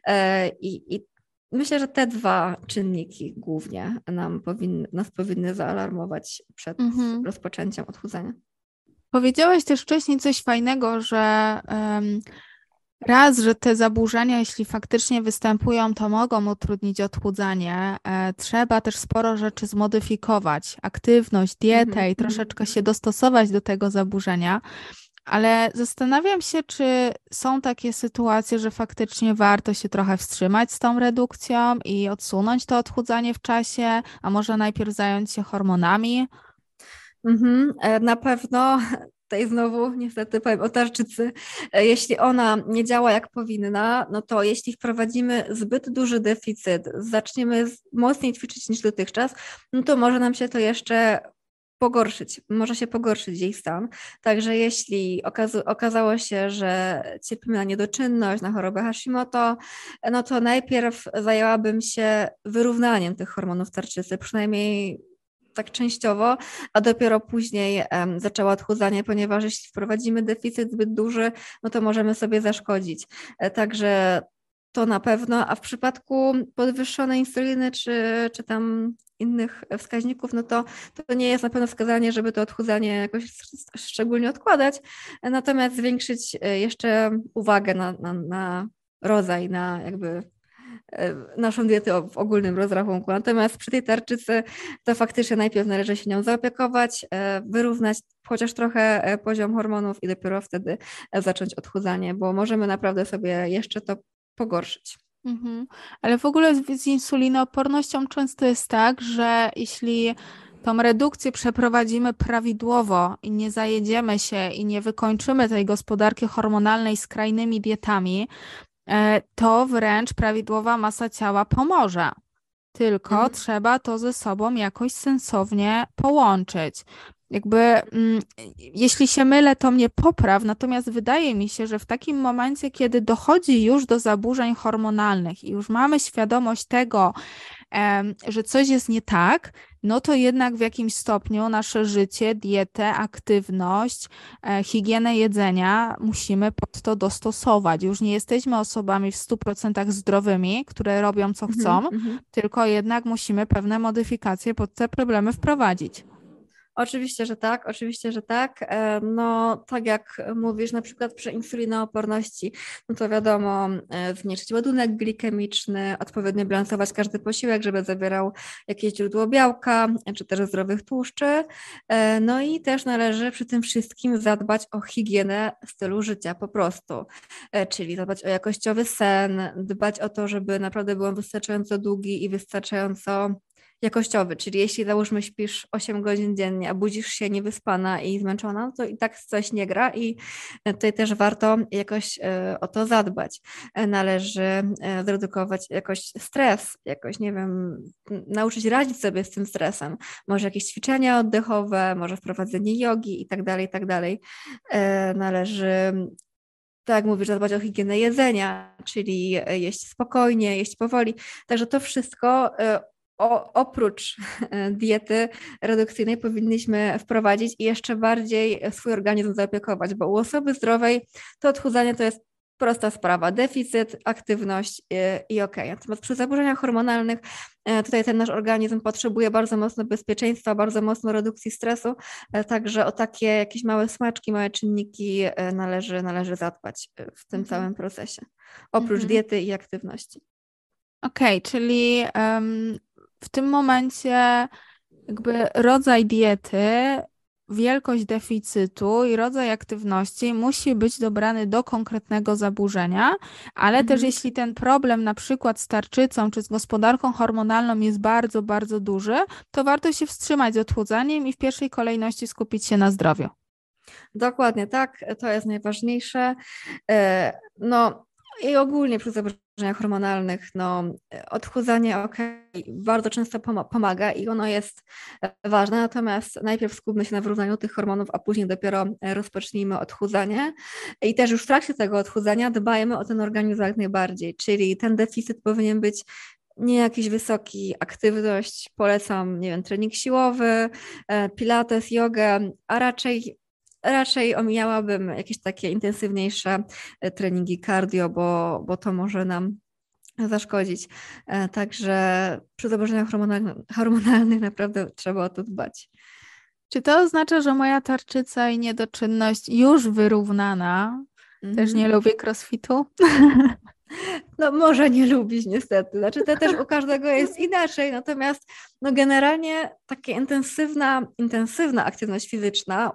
i myślę, że te dwa czynniki głównie nas powinny zaalarmować przed rozpoczęciem odchudzania. Powiedziałaś też wcześniej coś fajnego, że raz, że te zaburzenia, jeśli faktycznie występują, to mogą utrudnić odchudzanie. Trzeba też sporo rzeczy zmodyfikować, aktywność, dietę i troszeczkę się dostosować do tego zaburzenia. Ale zastanawiam się, czy są takie sytuacje, że faktycznie warto się trochę wstrzymać z tą redukcją i odsunąć to odchudzanie w czasie, a może najpierw zająć się hormonami? Na pewno. Tutaj znowu niestety powiem o tarczycy. Jeśli ona nie działa jak powinna, no to jeśli wprowadzimy zbyt duży deficyt, zaczniemy mocniej ćwiczyć niż dotychczas, no to może nam się to jeszcze pogorszyć, może się pogorszyć jej stan. Także jeśli okazało się, że cierpimy na niedoczynność, na chorobę Hashimoto, no to najpierw zajęłabym się wyrównaniem tych hormonów tarczycy, przynajmniej tak częściowo, a dopiero później zaczęła odchudzanie, ponieważ jeśli wprowadzimy deficyt zbyt duży, no to możemy sobie zaszkodzić. Także to na pewno, a w przypadku podwyższonej insuliny czy tam innych wskaźników, no to nie jest na pewno wskazanie, żeby to odchudzanie jakoś szczególnie odkładać, natomiast zwiększyć jeszcze uwagę na rodzaj, na jakby naszą dietę w ogólnym rozrachunku. Natomiast przy tej tarczycy to faktycznie najpierw należy się nią zaopiekować, wyrównać chociaż trochę poziom hormonów i dopiero wtedy zacząć odchudzanie, bo możemy naprawdę sobie jeszcze to pogorszyć. Ale w ogóle z insulinoopornością często jest tak, że jeśli tą redukcję przeprowadzimy prawidłowo i nie zajedziemy się i nie wykończymy tej gospodarki hormonalnej skrajnymi dietami, to wręcz prawidłowa masa ciała pomoże. Tylko trzeba to ze sobą jakoś sensownie połączyć. Jakby, jeśli się mylę, to mnie popraw, natomiast wydaje mi się, że w takim momencie, kiedy dochodzi już do zaburzeń hormonalnych i już mamy świadomość tego, że coś jest nie tak, no to jednak w jakimś stopniu nasze życie, dietę, aktywność, higienę jedzenia musimy pod to dostosować. Już nie jesteśmy osobami w 100% zdrowymi, które robią co chcą, tylko jednak musimy pewne modyfikacje pod te problemy wprowadzić. Oczywiście, że tak, oczywiście, że tak. No tak jak mówisz, na przykład przy insulinooporności, no to wiadomo, zmniejszyć ładunek glikemiczny, odpowiednio bilansować każdy posiłek, żeby zawierał jakieś źródło białka, czy też zdrowych tłuszczy. No i też należy przy tym wszystkim zadbać o higienę stylu życia po prostu, czyli zadbać o jakościowy sen, dbać o to, żeby naprawdę był on wystarczająco długi i wystarczająco jakościowy, czyli jeśli załóżmy śpisz 8 godzin dziennie, a budzisz się niewyspana i zmęczona, to i tak coś nie gra i tutaj też warto jakoś o to zadbać. Należy zredukować jakoś stres, jakoś, nie wiem, nauczyć radzić sobie z tym stresem. Może jakieś ćwiczenia oddechowe, może wprowadzenie jogi i tak dalej, i tak dalej. Należy, tak jak mówisz, zadbać o higienę jedzenia, czyli jeść spokojnie, jeść powoli. Także to wszystko oprócz diety redukcyjnej powinniśmy wprowadzić i jeszcze bardziej swój organizm zaopiekować, bo u osoby zdrowej to odchudzanie to jest prosta sprawa. Deficyt, aktywność i okej. Natomiast przy zaburzeniach hormonalnych tutaj ten nasz organizm potrzebuje bardzo mocno bezpieczeństwa, bardzo mocno redukcji stresu, także o takie jakieś małe smaczki, małe czynniki należy zadbać w tym całym procesie. Oprócz diety i aktywności. Okej, czyli w tym momencie jakby rodzaj diety wielkość deficytu i rodzaj aktywności musi być dobrany do konkretnego zaburzenia, ale też jeśli ten problem na przykład z tarczycą czy z gospodarką hormonalną jest bardzo, bardzo duży, to warto się wstrzymać z odchudzaniem i w pierwszej kolejności skupić się na zdrowiu. Dokładnie tak, to jest najważniejsze. No i ogólnie przy zaburzeniach hormonalnych, no odchudzanie bardzo często pomaga i ono jest ważne, natomiast najpierw skupmy się na wyrównaniu tych hormonów, a później dopiero rozpocznijmy odchudzanie. I też już w trakcie tego odchudzania dbajmy o ten organizm jak najbardziej, czyli ten deficyt powinien być nie jakiś wysoki, aktywność, polecam, nie wiem, trening siłowy, pilates, jogę, a raczej omijałabym jakieś takie intensywniejsze treningi cardio, bo to może nam zaszkodzić. Także przy zaburzeniach hormonalnych naprawdę trzeba o to dbać. Czy to oznacza, że moja tarczyca i niedoczynność już wyrównana? Też nie lubię crossfitu? No może nie lubić niestety, znaczy to też u każdego jest inaczej, natomiast no generalnie taka intensywna aktywność fizyczna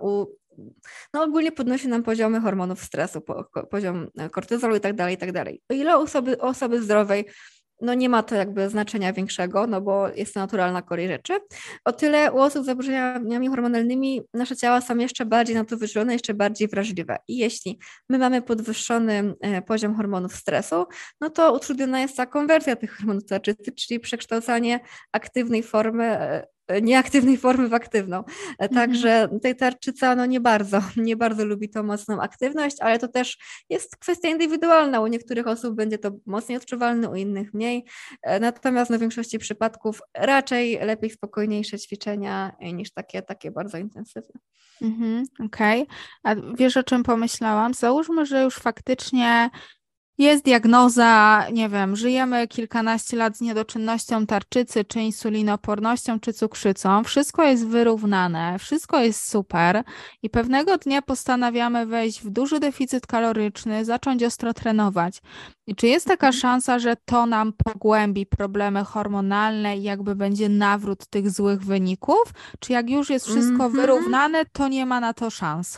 no ogólnie podnosi nam poziomy hormonów stresu, poziom kortyzolu i tak dalej, i tak dalej. O ile osoby zdrowej no nie ma to jakby znaczenia większego, no bo jest to naturalna kolej rzeczy. O tyle u osób z zaburzeniami hormonalnymi nasze ciała są jeszcze bardziej na to wyczulone, jeszcze bardziej wrażliwe. I jeśli my mamy podwyższony poziom hormonów stresu, no to utrudniona jest ta konwersja tych hormonów tarczycy, czyli przekształcanie aktywnej formy nieaktywnej formy w aktywną. Także tej tarczyca no nie bardzo lubi tą mocną aktywność, ale to też jest kwestia indywidualna. U niektórych osób będzie to mocniej odczuwalne, u innych mniej. Natomiast w większości przypadków raczej lepiej spokojniejsze ćwiczenia niż takie bardzo intensywne. Okej. A wiesz, o czym pomyślałam? Załóżmy, że już faktycznie jest diagnoza, nie wiem, żyjemy kilkanaście lat z niedoczynnością tarczycy, czy insulinopornością, czy cukrzycą. Wszystko jest wyrównane, wszystko jest super i pewnego dnia postanawiamy wejść w duży deficyt kaloryczny, zacząć ostro trenować. I czy jest taka szansa, że to nam pogłębi problemy hormonalne i jakby będzie nawrót tych złych wyników? Czy jak już jest wszystko wyrównane, to nie ma na to szans?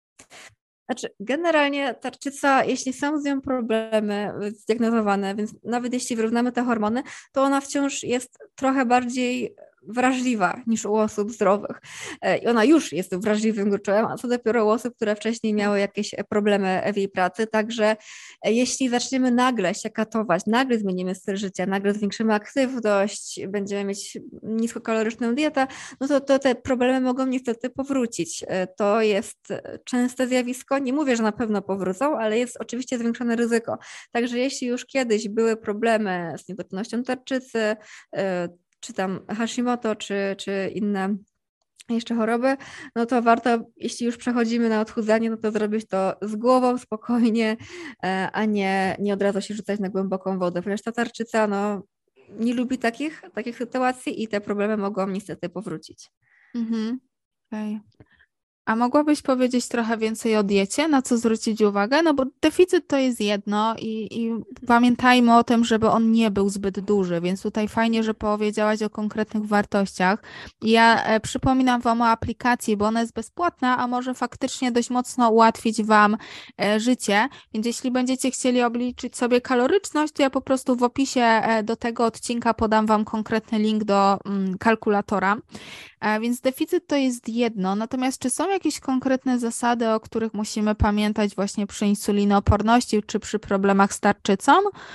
Znaczy, generalnie tarczyca, jeśli są z nią problemy zdiagnozowane, więc nawet jeśli wyrównamy te hormony, to ona wciąż jest trochę bardziej wrażliwa niż u osób zdrowych. I ona już jest wrażliwym gruczołem, a co dopiero u osób, które wcześniej miały jakieś problemy w jej pracy. Także jeśli zaczniemy nagle się katować, nagle zmienimy styl życia, nagle zwiększymy aktywność, będziemy mieć niskokaloryczną dietę, no to te problemy mogą niestety powrócić. To jest częste zjawisko. Nie mówię, że na pewno powrócą, ale jest oczywiście zwiększone ryzyko. Także jeśli już kiedyś były problemy z niedoczynnością tarczycy, czy tam Hashimoto, czy inne jeszcze choroby, no to warto, jeśli już przechodzimy na odchudzanie, no to zrobić to z głową, spokojnie, a nie od razu się rzucać na głęboką wodę, ponieważ ta tarczyca no, nie lubi takich sytuacji i te problemy mogą niestety powrócić. Okej. A mogłabyś powiedzieć trochę więcej o diecie, na co zwrócić uwagę? No bo deficyt to jest jedno i pamiętajmy o tym, żeby on nie był zbyt duży, więc tutaj fajnie, że powiedziałaś o konkretnych wartościach. Ja przypominam Wam o aplikacji, bo ona jest bezpłatna, a może faktycznie dość mocno ułatwić Wam życie, więc jeśli będziecie chcieli obliczyć sobie kaloryczność, to ja po prostu w opisie do tego odcinka podam Wam konkretny link do kalkulatora. Więc deficyt to jest jedno, natomiast czy są jakieś konkretne zasady, o których musimy pamiętać właśnie przy insulinooporności czy przy problemach z tarczycą?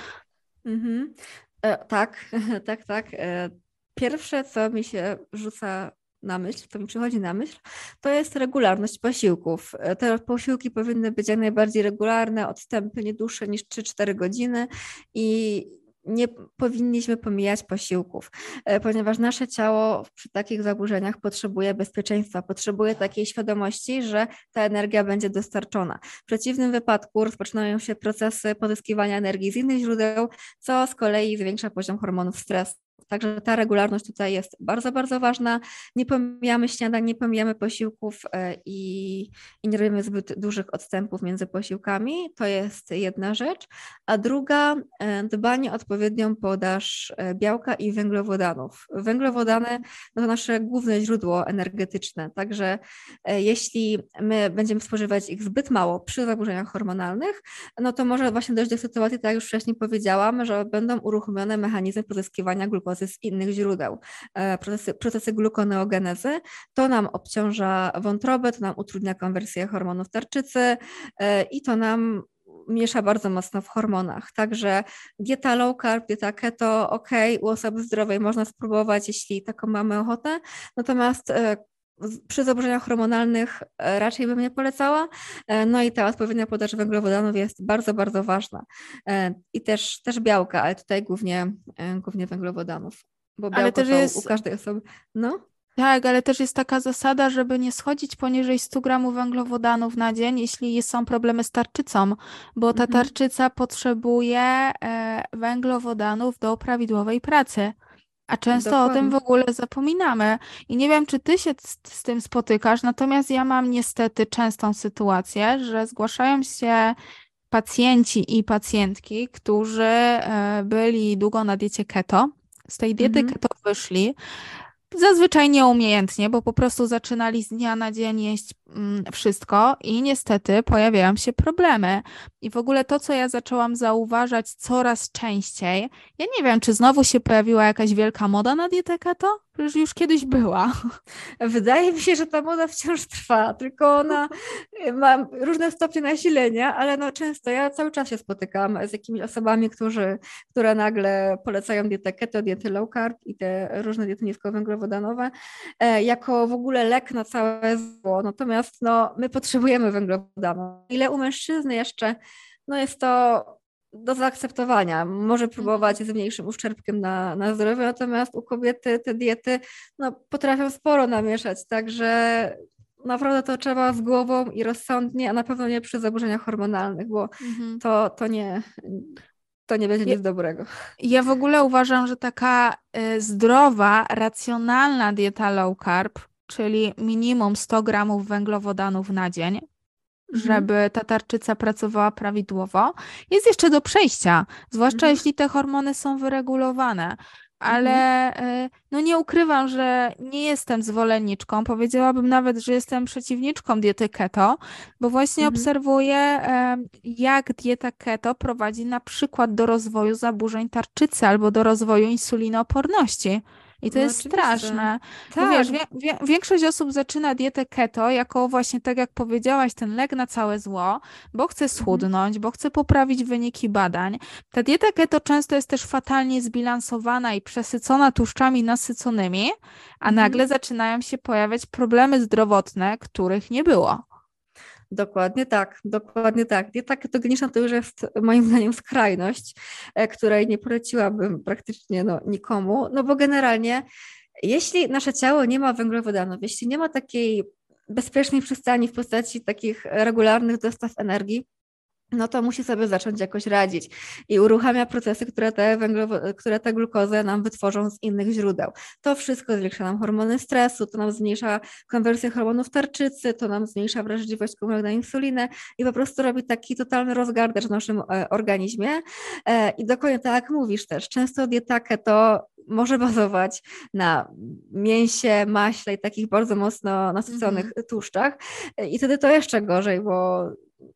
Tak. Pierwsze, co mi się rzuca na myśl, to mi przychodzi na myśl, to jest regularność posiłków. Te posiłki powinny być jak najbardziej regularne, odstępy nie dłuższe niż 3-4 godziny i nie powinniśmy pomijać posiłków, ponieważ nasze ciało przy takich zaburzeniach potrzebuje bezpieczeństwa, potrzebuje takiej świadomości, że ta energia będzie dostarczona. W przeciwnym wypadku rozpoczynają się procesy pozyskiwania energii z innych źródeł, co z kolei zwiększa poziom hormonów stresu. Także ta regularność tutaj jest bardzo, bardzo ważna. Nie pomijamy śniadań, nie pomijamy posiłków i nie robimy zbyt dużych odstępów między posiłkami. To jest jedna rzecz. A druga, dbanie o odpowiednią podaż białka i węglowodanów. Węglowodany to nasze główne źródło energetyczne. Także jeśli my będziemy spożywać ich zbyt mało przy zaburzeniach hormonalnych, no to może właśnie dojść do sytuacji, tak jak już wcześniej powiedziałam, że będą uruchomione mechanizmy pozyskiwania glukozy z innych źródeł, procesy glukoneogenezy. To nam obciąża wątrobę, to nam utrudnia konwersję hormonów tarczycy i to nam miesza bardzo mocno w hormonach. Także dieta low carb, dieta keto, ok, u osoby zdrowej można spróbować, jeśli taką mamy ochotę. Natomiast przy zaburzeniach hormonalnych raczej bym nie polecała. No i ta odpowiednia podaż węglowodanów jest bardzo, bardzo ważna. I też białka, ale tutaj głównie węglowodanów, bo Ale białko też to jest, u każdej osoby. No, tak, ale też jest taka zasada, żeby nie schodzić poniżej 100 gramów węglowodanów na dzień, jeśli są problemy z tarczycą, bo ta tarczyca potrzebuje węglowodanów do prawidłowej pracy. A często o tym w dokładnie. ogóle zapominamy. I nie wiem, czy ty się z tym spotykasz, natomiast ja mam niestety częstą sytuację, że zgłaszają się pacjenci i pacjentki, którzy byli długo na diecie keto. Z tej diety keto wyszli. Zazwyczaj nieumiejętnie, bo po prostu zaczynali z dnia na dzień jeść wszystko i niestety pojawiają się problemy. I w ogóle to, co ja zaczęłam zauważać coraz częściej, ja nie wiem, czy znowu się pojawiła jakaś wielka moda na dietę keto? Przecież już kiedyś była. Wydaje mi się, że ta moda wciąż trwa, tylko ona ma różne stopnie nasilenia, ale no często ja cały czas się spotykam z jakimiś osobami, które nagle polecają dietę keto, diety low carb i te różne diety niskowęglowodanowe jako w ogóle lek na całe zło. Natomiast no, my potrzebujemy węglowodanów. Ile u mężczyzny jeszcze, no jest to do zaakceptowania. Może próbować z mniejszym uszczerbkiem na zdrowiu, natomiast u kobiety te diety no, potrafią sporo namieszać, także naprawdę to trzeba z głową i rozsądnie, a na pewno nie przy zaburzeniach hormonalnych, bo to nie będzie Ja, nic dobrego. ja w ogóle uważam, że taka zdrowa, racjonalna dieta low carb, czyli minimum 100 gramów węglowodanów na dzień, żeby ta tarczyca pracowała prawidłowo, jest jeszcze do przejścia, zwłaszcza jeśli te hormony są wyregulowane. Ale no nie ukrywam, że nie jestem zwolenniczką, powiedziałabym nawet, że jestem przeciwniczką diety keto, bo właśnie obserwuję, jak dieta keto prowadzi na przykład do rozwoju zaburzeń tarczycy albo do rozwoju insulinooporności. I to No jest oczywiście. straszne. Bo Tak. wiesz, większość osób zaczyna dietę keto jako właśnie, tak jak powiedziałaś, ten lek na całe zło, bo chce schudnąć, bo chce poprawić wyniki badań. Ta dieta keto często jest też fatalnie zbilansowana i przesycona tłuszczami nasyconymi, a nagle zaczynają się pojawiać problemy zdrowotne, których nie było. Dokładnie tak, dokładnie tak. Dieta ketogeniczna to już jest moim zdaniem skrajność, której nie poleciłabym praktycznie nikomu, no bo generalnie jeśli nasze ciało nie ma węglowodanów, jeśli nie ma takiej bezpiecznej przystani w postaci takich regularnych dostaw energii, no to musi sobie zacząć jakoś radzić i uruchamia procesy, które te glukozę nam wytworzą z innych źródeł. To wszystko zwiększa nam hormony stresu, to nam zmniejsza konwersję hormonów tarczycy, to nam zmniejsza wrażliwość komórek na insulinę i po prostu robi taki totalny rozgardiaż w naszym organizmie. I dokładnie tak jak mówisz też, często dieta keto może bazować na mięsie, maśle i takich bardzo mocno nasyconych tłuszczach i wtedy to jeszcze gorzej, bo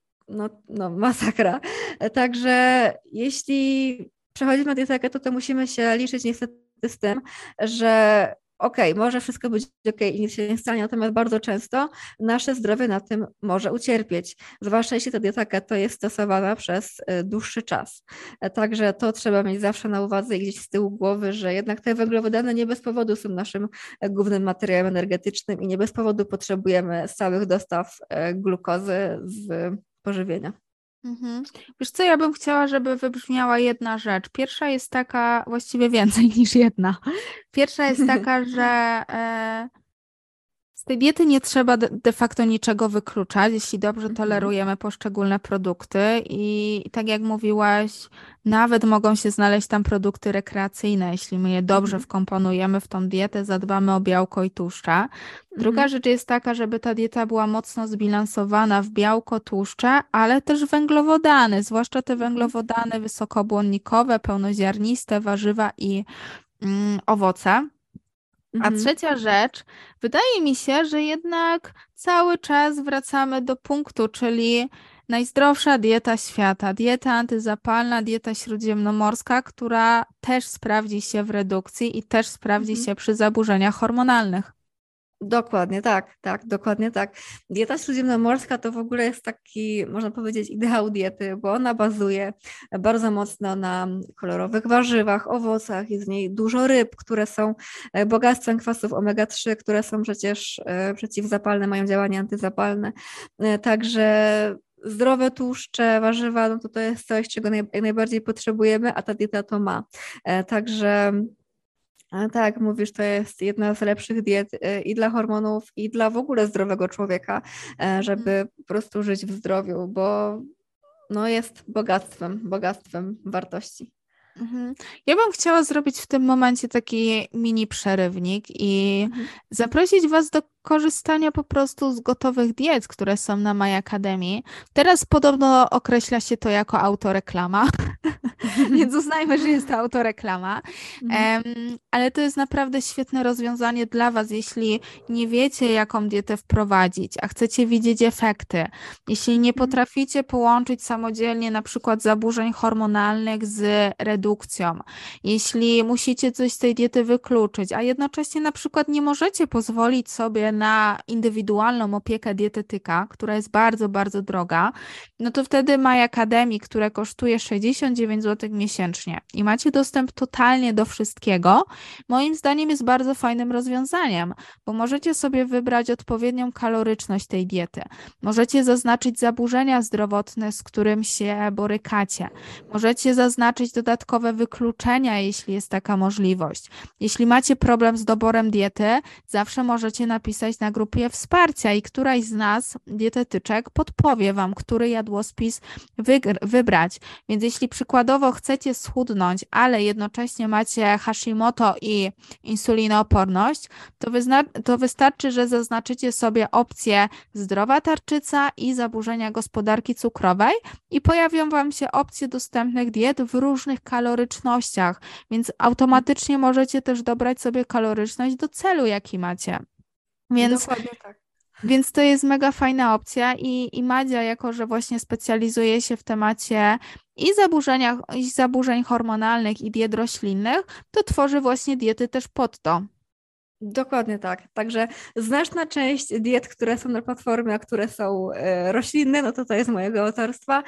masakra. Także jeśli przechodzimy na dietę keto, to musimy się liczyć niestety z tym, że może wszystko być i nic się nie stanie, natomiast bardzo często nasze zdrowie na tym może ucierpieć, zwłaszcza jeśli ta dieta keto jest stosowana przez dłuższy czas. Także to trzeba mieć zawsze na uwadze i gdzieś z tyłu głowy, że jednak te węglowodany nie bez powodu są naszym głównym materiałem energetycznym i nie bez powodu potrzebujemy stałych dostaw glukozy z pożywienia. Wiesz co, ja bym chciała, żeby wybrzmiała jedna rzecz. Pierwsza jest taka, właściwie więcej niż jedna. Pierwsza jest taka, że tej diety nie trzeba de facto niczego wykluczać, jeśli dobrze Mhm. tolerujemy poszczególne produkty i tak jak mówiłaś, nawet mogą się znaleźć tam produkty rekreacyjne, jeśli my je dobrze Mhm. wkomponujemy w tą dietę, zadbamy o białko i tłuszcze. Druga Mhm. rzecz jest taka, żeby ta dieta była mocno zbilansowana w białko, tłuszcze, ale też węglowodany, zwłaszcza te Mhm. węglowodany wysokobłonnikowe, pełnoziarniste, warzywa i owoce. A Mhm. trzecia rzecz, wydaje mi się, że jednak cały czas wracamy do punktu, czyli najzdrowsza dieta świata, dieta antyzapalna, dieta śródziemnomorska, która też sprawdzi się w redukcji i też sprawdzi Mhm. się przy zaburzeniach hormonalnych. Dokładnie tak, dokładnie tak. Dieta śródziemnomorska to w ogóle jest taki, można powiedzieć, ideał diety, bo ona bazuje bardzo mocno na kolorowych warzywach, owocach, jest w niej dużo ryb, które są bogactwem kwasów omega-3, które są przecież przeciwzapalne, mają działanie antyzapalne. Także zdrowe tłuszcze, warzywa, no to jest coś, czego jak najbardziej potrzebujemy, a ta dieta to ma. Także tak, mówisz, to jest jedna z lepszych diet i dla hormonów, i dla w ogóle zdrowego człowieka, żeby po prostu żyć w zdrowiu, bo no jest bogactwem wartości. Mhm. Ja bym chciała zrobić w tym momencie taki mini przerywnik i Mhm. zaprosić Was do korzystania po prostu z gotowych diet, które są na My Academy. Teraz podobno określa się to jako autoreklama, więc uznajmy, że jest to autoreklama. Mhm. Ale to jest naprawdę świetne rozwiązanie dla Was, jeśli nie wiecie, jaką dietę wprowadzić, a chcecie widzieć efekty. Jeśli nie Mhm. potraficie połączyć samodzielnie na przykład zaburzeń hormonalnych z redukcją, jeśli musicie coś z tej diety wykluczyć, a jednocześnie na przykład nie możecie pozwolić sobie na indywidualną opiekę dietetyka, która jest bardzo, bardzo droga, no to wtedy My Academy, które kosztuje 69 zł miesięcznie i macie dostęp totalnie do wszystkiego, moim zdaniem jest bardzo fajnym rozwiązaniem, bo możecie sobie wybrać odpowiednią kaloryczność tej diety. Możecie zaznaczyć zaburzenia zdrowotne, z którym się borykacie. Możecie zaznaczyć dodatkowe wykluczenia, jeśli jest taka możliwość. Jeśli macie problem z doborem diety, zawsze możecie napisać na grupie wsparcia i któraś z nas, dietetyczek, podpowie Wam, który jadłospis wybrać. Więc jeśli przykładowo chcecie schudnąć, ale jednocześnie macie Hashimoto i insulinooporność, to wystarczy, że zaznaczycie sobie opcję zdrowa tarczyca i zaburzenia gospodarki cukrowej i pojawią Wam się opcje dostępnych diet w różnych kalorycznościach, więc automatycznie możecie też dobrać sobie kaloryczność do celu, jaki macie. Więc Dokładnie tak. więc to jest mega fajna opcja i Madzia, jako że właśnie specjalizuje się w temacie i zaburzeń hormonalnych i diet roślinnych, to tworzy właśnie diety też pod to. Dokładnie tak. Także znaczna część diet, które są na platformie, a które są roślinne, no to jest mojego autorstwa.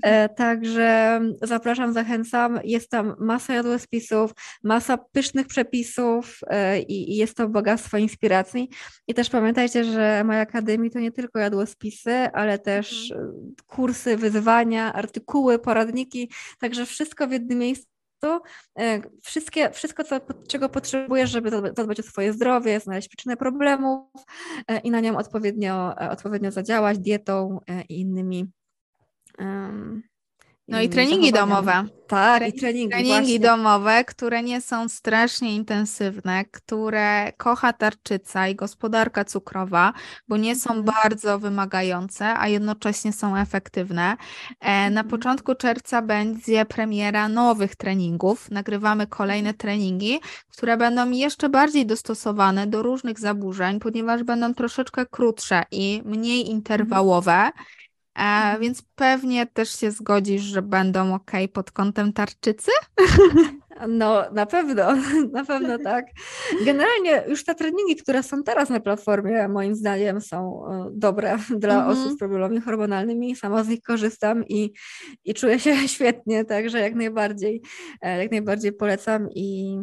Także zapraszam, zachęcam. Jest tam masa jadłospisów, masa pysznych przepisów i jest to bogactwo inspiracji. I też pamiętajcie, że My Academy to nie tylko jadłospisy, ale też Mhm. kursy, wyzwania, artykuły, poradniki, także wszystko w jednym miejscu. Wszystko, czego potrzebujesz, żeby zadbać o swoje zdrowie, znaleźć przyczynę problemów i na nią odpowiednio zadziałać dietą i em, No i innymi treningi zachowaniami. domowe. Tak, i treningi, Treningi właśnie. domowe, które nie są strasznie intensywne, które kocha tarczyca i gospodarka cukrowa, bo nie są Mhm, bardzo wymagające, a jednocześnie są efektywne. Na mhm, początku czerwca będzie premiera nowych treningów. Nagrywamy kolejne treningi, które będą jeszcze bardziej dostosowane do różnych zaburzeń, ponieważ będą troszeczkę krótsze i mniej mhm, interwałowe. mhm. Więc pewnie też się zgodzisz, że będą ok pod kątem tarczycy? No, na pewno, na pewno tak. Generalnie już te treningi, które są teraz na platformie, moim zdaniem są dobre dla osób z Mhm. problemami hormonalnymi. Sama z nich korzystam i czuję się świetnie, także jak najbardziej polecam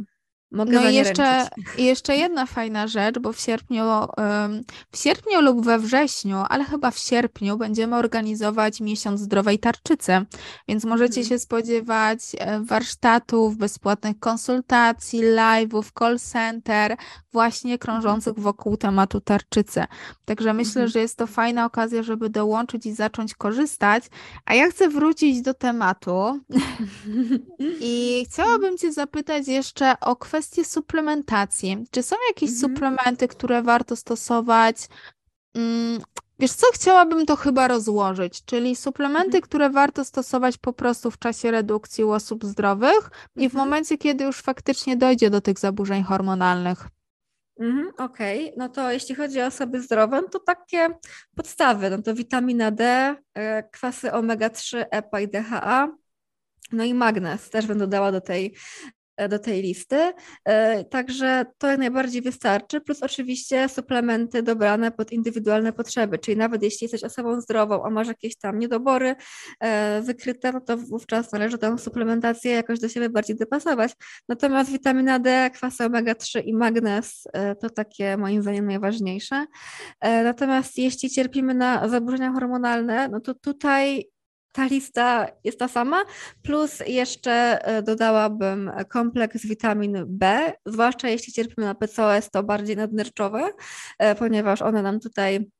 Mogę No za i nie ręczyć. jeszcze jedna fajna rzecz, bo w sierpniu lub we wrześniu, ale chyba w sierpniu będziemy organizować miesiąc zdrowej tarczycy, więc możecie Mhm. się spodziewać warsztatów, bezpłatnych konsultacji, live'ów, call center, właśnie Mhm. krążących wokół tematu tarczycy. Także myślę, Mhm. że jest to fajna okazja, żeby dołączyć i zacząć korzystać. A ja chcę wrócić do tematu. I chciałabym Cię zapytać jeszcze o kwestię suplementacji. Czy są jakieś Mhm. suplementy, które warto stosować? Mm, Wiesz co, chciałabym to chyba rozłożyć, czyli suplementy, Mhm. które warto stosować po prostu w czasie redukcji u osób zdrowych i w Mhm. momencie, kiedy już faktycznie dojdzie do tych zaburzeń hormonalnych. Okej. No to jeśli chodzi o osoby zdrowe, no to takie podstawy, no to witamina D, kwasy omega-3, EPA i DHA, no i magnez też bym dodała do tej listy. Także to jak najbardziej wystarczy, plus oczywiście suplementy dobrane pod indywidualne potrzeby, czyli nawet jeśli jesteś osobą zdrową, a masz jakieś tam niedobory wykryte, no to wówczas należy tę suplementację jakoś do siebie bardziej dopasować. Natomiast witamina D, kwasy omega-3 i magnez to takie moim zdaniem najważniejsze. Natomiast jeśli cierpimy na zaburzenia hormonalne, no to tutaj ta lista jest ta sama, plus jeszcze dodałabym kompleks witamin B, zwłaszcza jeśli cierpimy na PCOS, to bardziej nadnerczowe, ponieważ one nam tutaj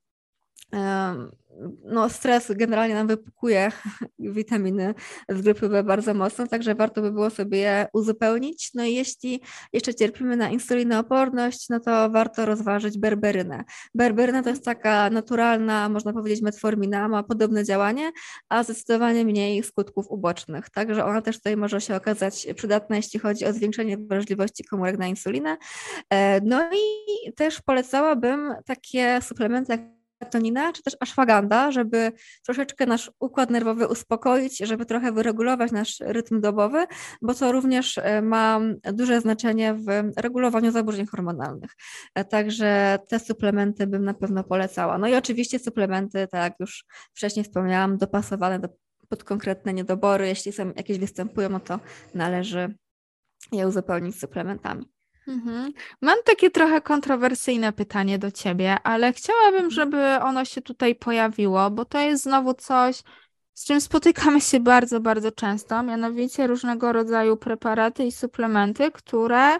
no, stres generalnie nam wypukuje witaminy z grupy B bardzo mocno, także warto by było sobie je uzupełnić. No i jeśli jeszcze cierpimy na insulinooporność, no to warto rozważyć berberynę. Berberyna to jest taka naturalna, można powiedzieć, metformina, ma podobne działanie, a zdecydowanie mniej skutków ubocznych. Także ona też tutaj może się okazać przydatna, jeśli chodzi o zwiększenie wrażliwości komórek na insulinę. No i też polecałabym takie suplementy jak melatonina, czy też ashwaganda, żeby troszeczkę nasz układ nerwowy uspokoić, żeby trochę wyregulować nasz rytm dobowy, bo to również ma duże znaczenie w regulowaniu zaburzeń hormonalnych. Także te suplementy bym na pewno polecała. No i oczywiście suplementy, tak jak już wcześniej wspomniałam, dopasowane pod konkretne niedobory. Jeśli są jakieś występują, no to należy je uzupełnić suplementami. Mhm. Mam takie trochę kontrowersyjne pytanie do Ciebie, ale chciałabym, żeby ono się tutaj pojawiło, bo to jest znowu coś, z czym spotykamy się bardzo, bardzo często, mianowicie różnego rodzaju preparaty i suplementy, które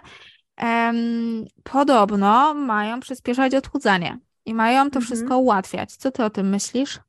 podobno mają przyspieszać odchudzanie i mają to Mhm. wszystko ułatwiać. Co Ty o tym myślisz?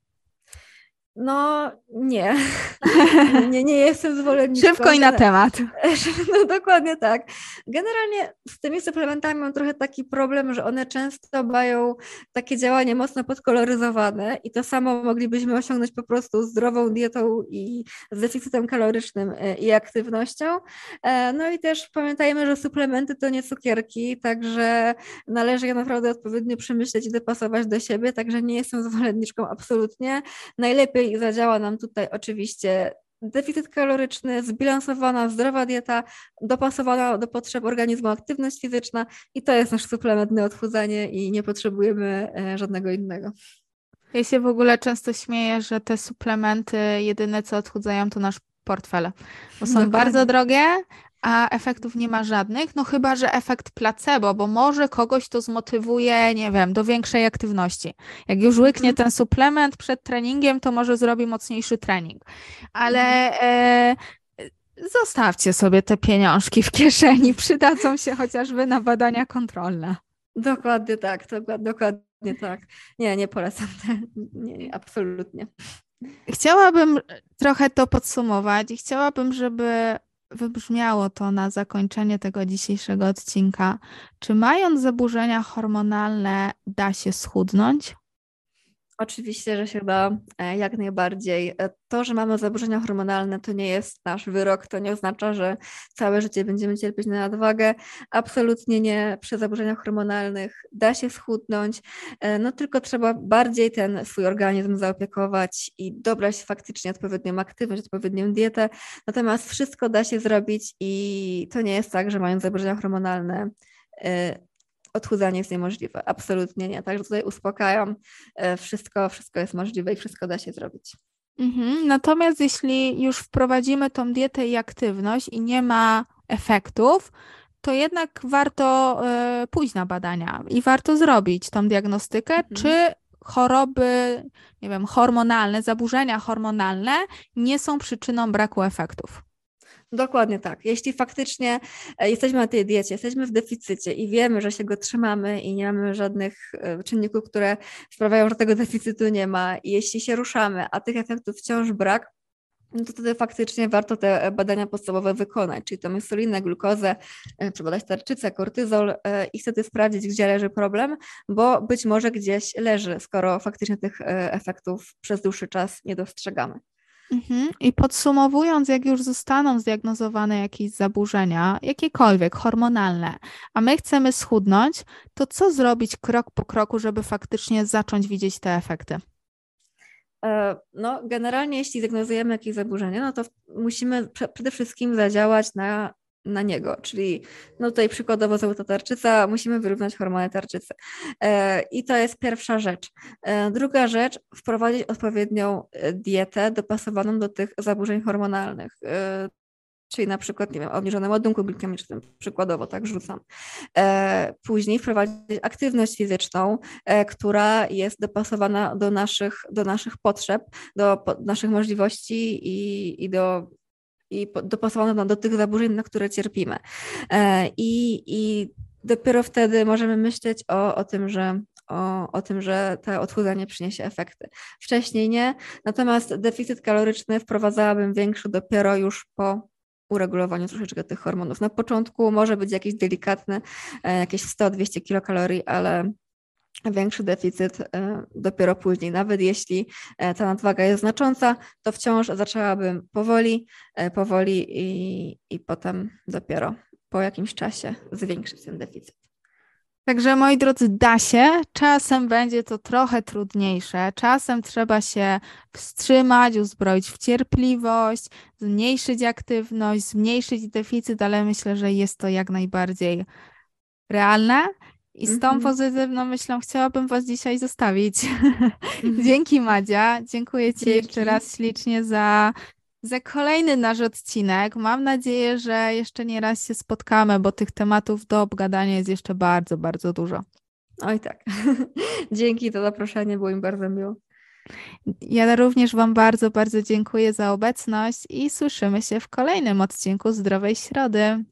No nie. Nie jestem Szybko zwolenniczką. i na temat. No dokładnie tak. Generalnie z tymi suplementami mam trochę taki problem, że one często mają takie działanie mocno podkoloryzowane i to samo moglibyśmy osiągnąć po prostu zdrową dietą i z deficytem kalorycznym i aktywnością. No i też pamiętajmy, że suplementy to nie cukierki, także należy je naprawdę odpowiednio przemyśleć i dopasować do siebie, także nie jestem zwolenniczką absolutnie. Najlepiej zadziała nam tutaj oczywiście deficyt kaloryczny, zbilansowana, zdrowa dieta, dopasowana do potrzeb organizmu aktywność fizyczna i to jest nasz suplement na odchudzanie i nie potrzebujemy żadnego innego. Ja się w ogóle często śmieję, że te suplementy jedyne co odchudzają to nasz portfel, bo są bardzo Dokładnie. drogie, a efektów nie ma żadnych, no chyba, że efekt placebo, bo może kogoś to zmotywuje, nie wiem, do większej aktywności. Jak już łyknie Mhm. ten suplement przed treningiem, to może zrobi mocniejszy trening. Ale Mhm. zostawcie sobie te pieniążki w kieszeni, przydadzą się chociażby na badania kontrolne. Dokładnie tak, dokładnie tak. Nie polecam. Nie, absolutnie. Chciałabym trochę to podsumować i chciałabym, żeby wybrzmiało to na zakończenie tego dzisiejszego odcinka. Czy mając zaburzenia hormonalne da się schudnąć? Oczywiście, że się da jak najbardziej. To, że mamy zaburzenia hormonalne, to nie jest nasz wyrok, to nie oznacza, że całe życie będziemy cierpieć na nadwagę. Absolutnie nie. Przy zaburzeniach hormonalnych da się schudnąć, no tylko trzeba bardziej ten swój organizm zaopiekować i dobrać faktycznie odpowiednią aktywność, odpowiednią dietę. Natomiast wszystko da się zrobić i to nie jest tak, że mając zaburzenia hormonalne, odchudzanie jest niemożliwe. Absolutnie nie. Także tutaj uspokajam. Wszystko jest możliwe i wszystko da się zrobić. Natomiast jeśli już wprowadzimy tą dietę i aktywność i nie ma efektów, to jednak warto pójść na badania i warto zrobić tą diagnostykę, czy choroby, nie wiem, hormonalne, zaburzenia hormonalne nie są przyczyną braku efektów. Dokładnie tak. Jeśli faktycznie jesteśmy na tej diecie, jesteśmy w deficycie i wiemy, że się go trzymamy i nie mamy żadnych czynników, które sprawiają, że tego deficytu nie ma, i jeśli się ruszamy, a tych efektów wciąż brak, no to wtedy faktycznie warto te badania podstawowe wykonać, czyli tą insulinę, glukozę, przebadać tarczycę, kortyzol i wtedy sprawdzić, gdzie leży problem, bo być może gdzieś leży, skoro faktycznie tych efektów przez dłuższy czas nie dostrzegamy. I podsumowując, jak już zostaną zdiagnozowane jakieś zaburzenia, jakiekolwiek hormonalne, a my chcemy schudnąć, to co zrobić krok po kroku, żeby faktycznie zacząć widzieć te efekty? No, generalnie jeśli zdiagnozujemy jakieś zaburzenie, no to musimy przede wszystkim zadziałać na niego, czyli no tutaj przykładowo złota tarczyca, musimy wyrównać hormony tarczycy. I to jest pierwsza rzecz. Druga rzecz, wprowadzić odpowiednią dietę dopasowaną do tych zaburzeń hormonalnych. Czyli na przykład, nie wiem, obniżonym ładunku glikemicznym, przykładowo, tak rzucam. Później wprowadzić aktywność fizyczną, która jest dopasowana do naszych potrzeb, do naszych możliwości i dopasowana do tych zaburzeń, na które cierpimy. I dopiero wtedy możemy myśleć o tym, że to odchudzanie przyniesie efekty. Wcześniej nie, natomiast deficyt kaloryczny wprowadzałabym większy dopiero już po uregulowaniu troszeczkę tych hormonów. Na początku może być jakiś delikatny, jakieś 100-200 kilokalorii, ale większy deficyt dopiero później. Nawet jeśli ta nadwaga jest znacząca, to wciąż zaczęłabym powoli i potem dopiero po jakimś czasie zwiększyć ten deficyt. Także moi drodzy, da się, czasem będzie to trochę trudniejsze, czasem trzeba się wstrzymać, uzbroić w cierpliwość, zmniejszyć aktywność, zmniejszyć deficyt, ale myślę, że jest to jak najbardziej realne i z tą pozytywną myślą chciałabym Was dzisiaj zostawić. Dzięki Madzia, dziękuję Ci jeszcze raz ślicznie za kolejny nasz odcinek. Mam nadzieję, że jeszcze nie raz się spotkamy, bo tych tematów do obgadania jest jeszcze bardzo, bardzo dużo. Oj tak. Dzięki za zaproszenie, było mi bardzo miło. Ja również Wam bardzo, bardzo dziękuję za obecność i słyszymy się w kolejnym odcinku Zdrowej Środy.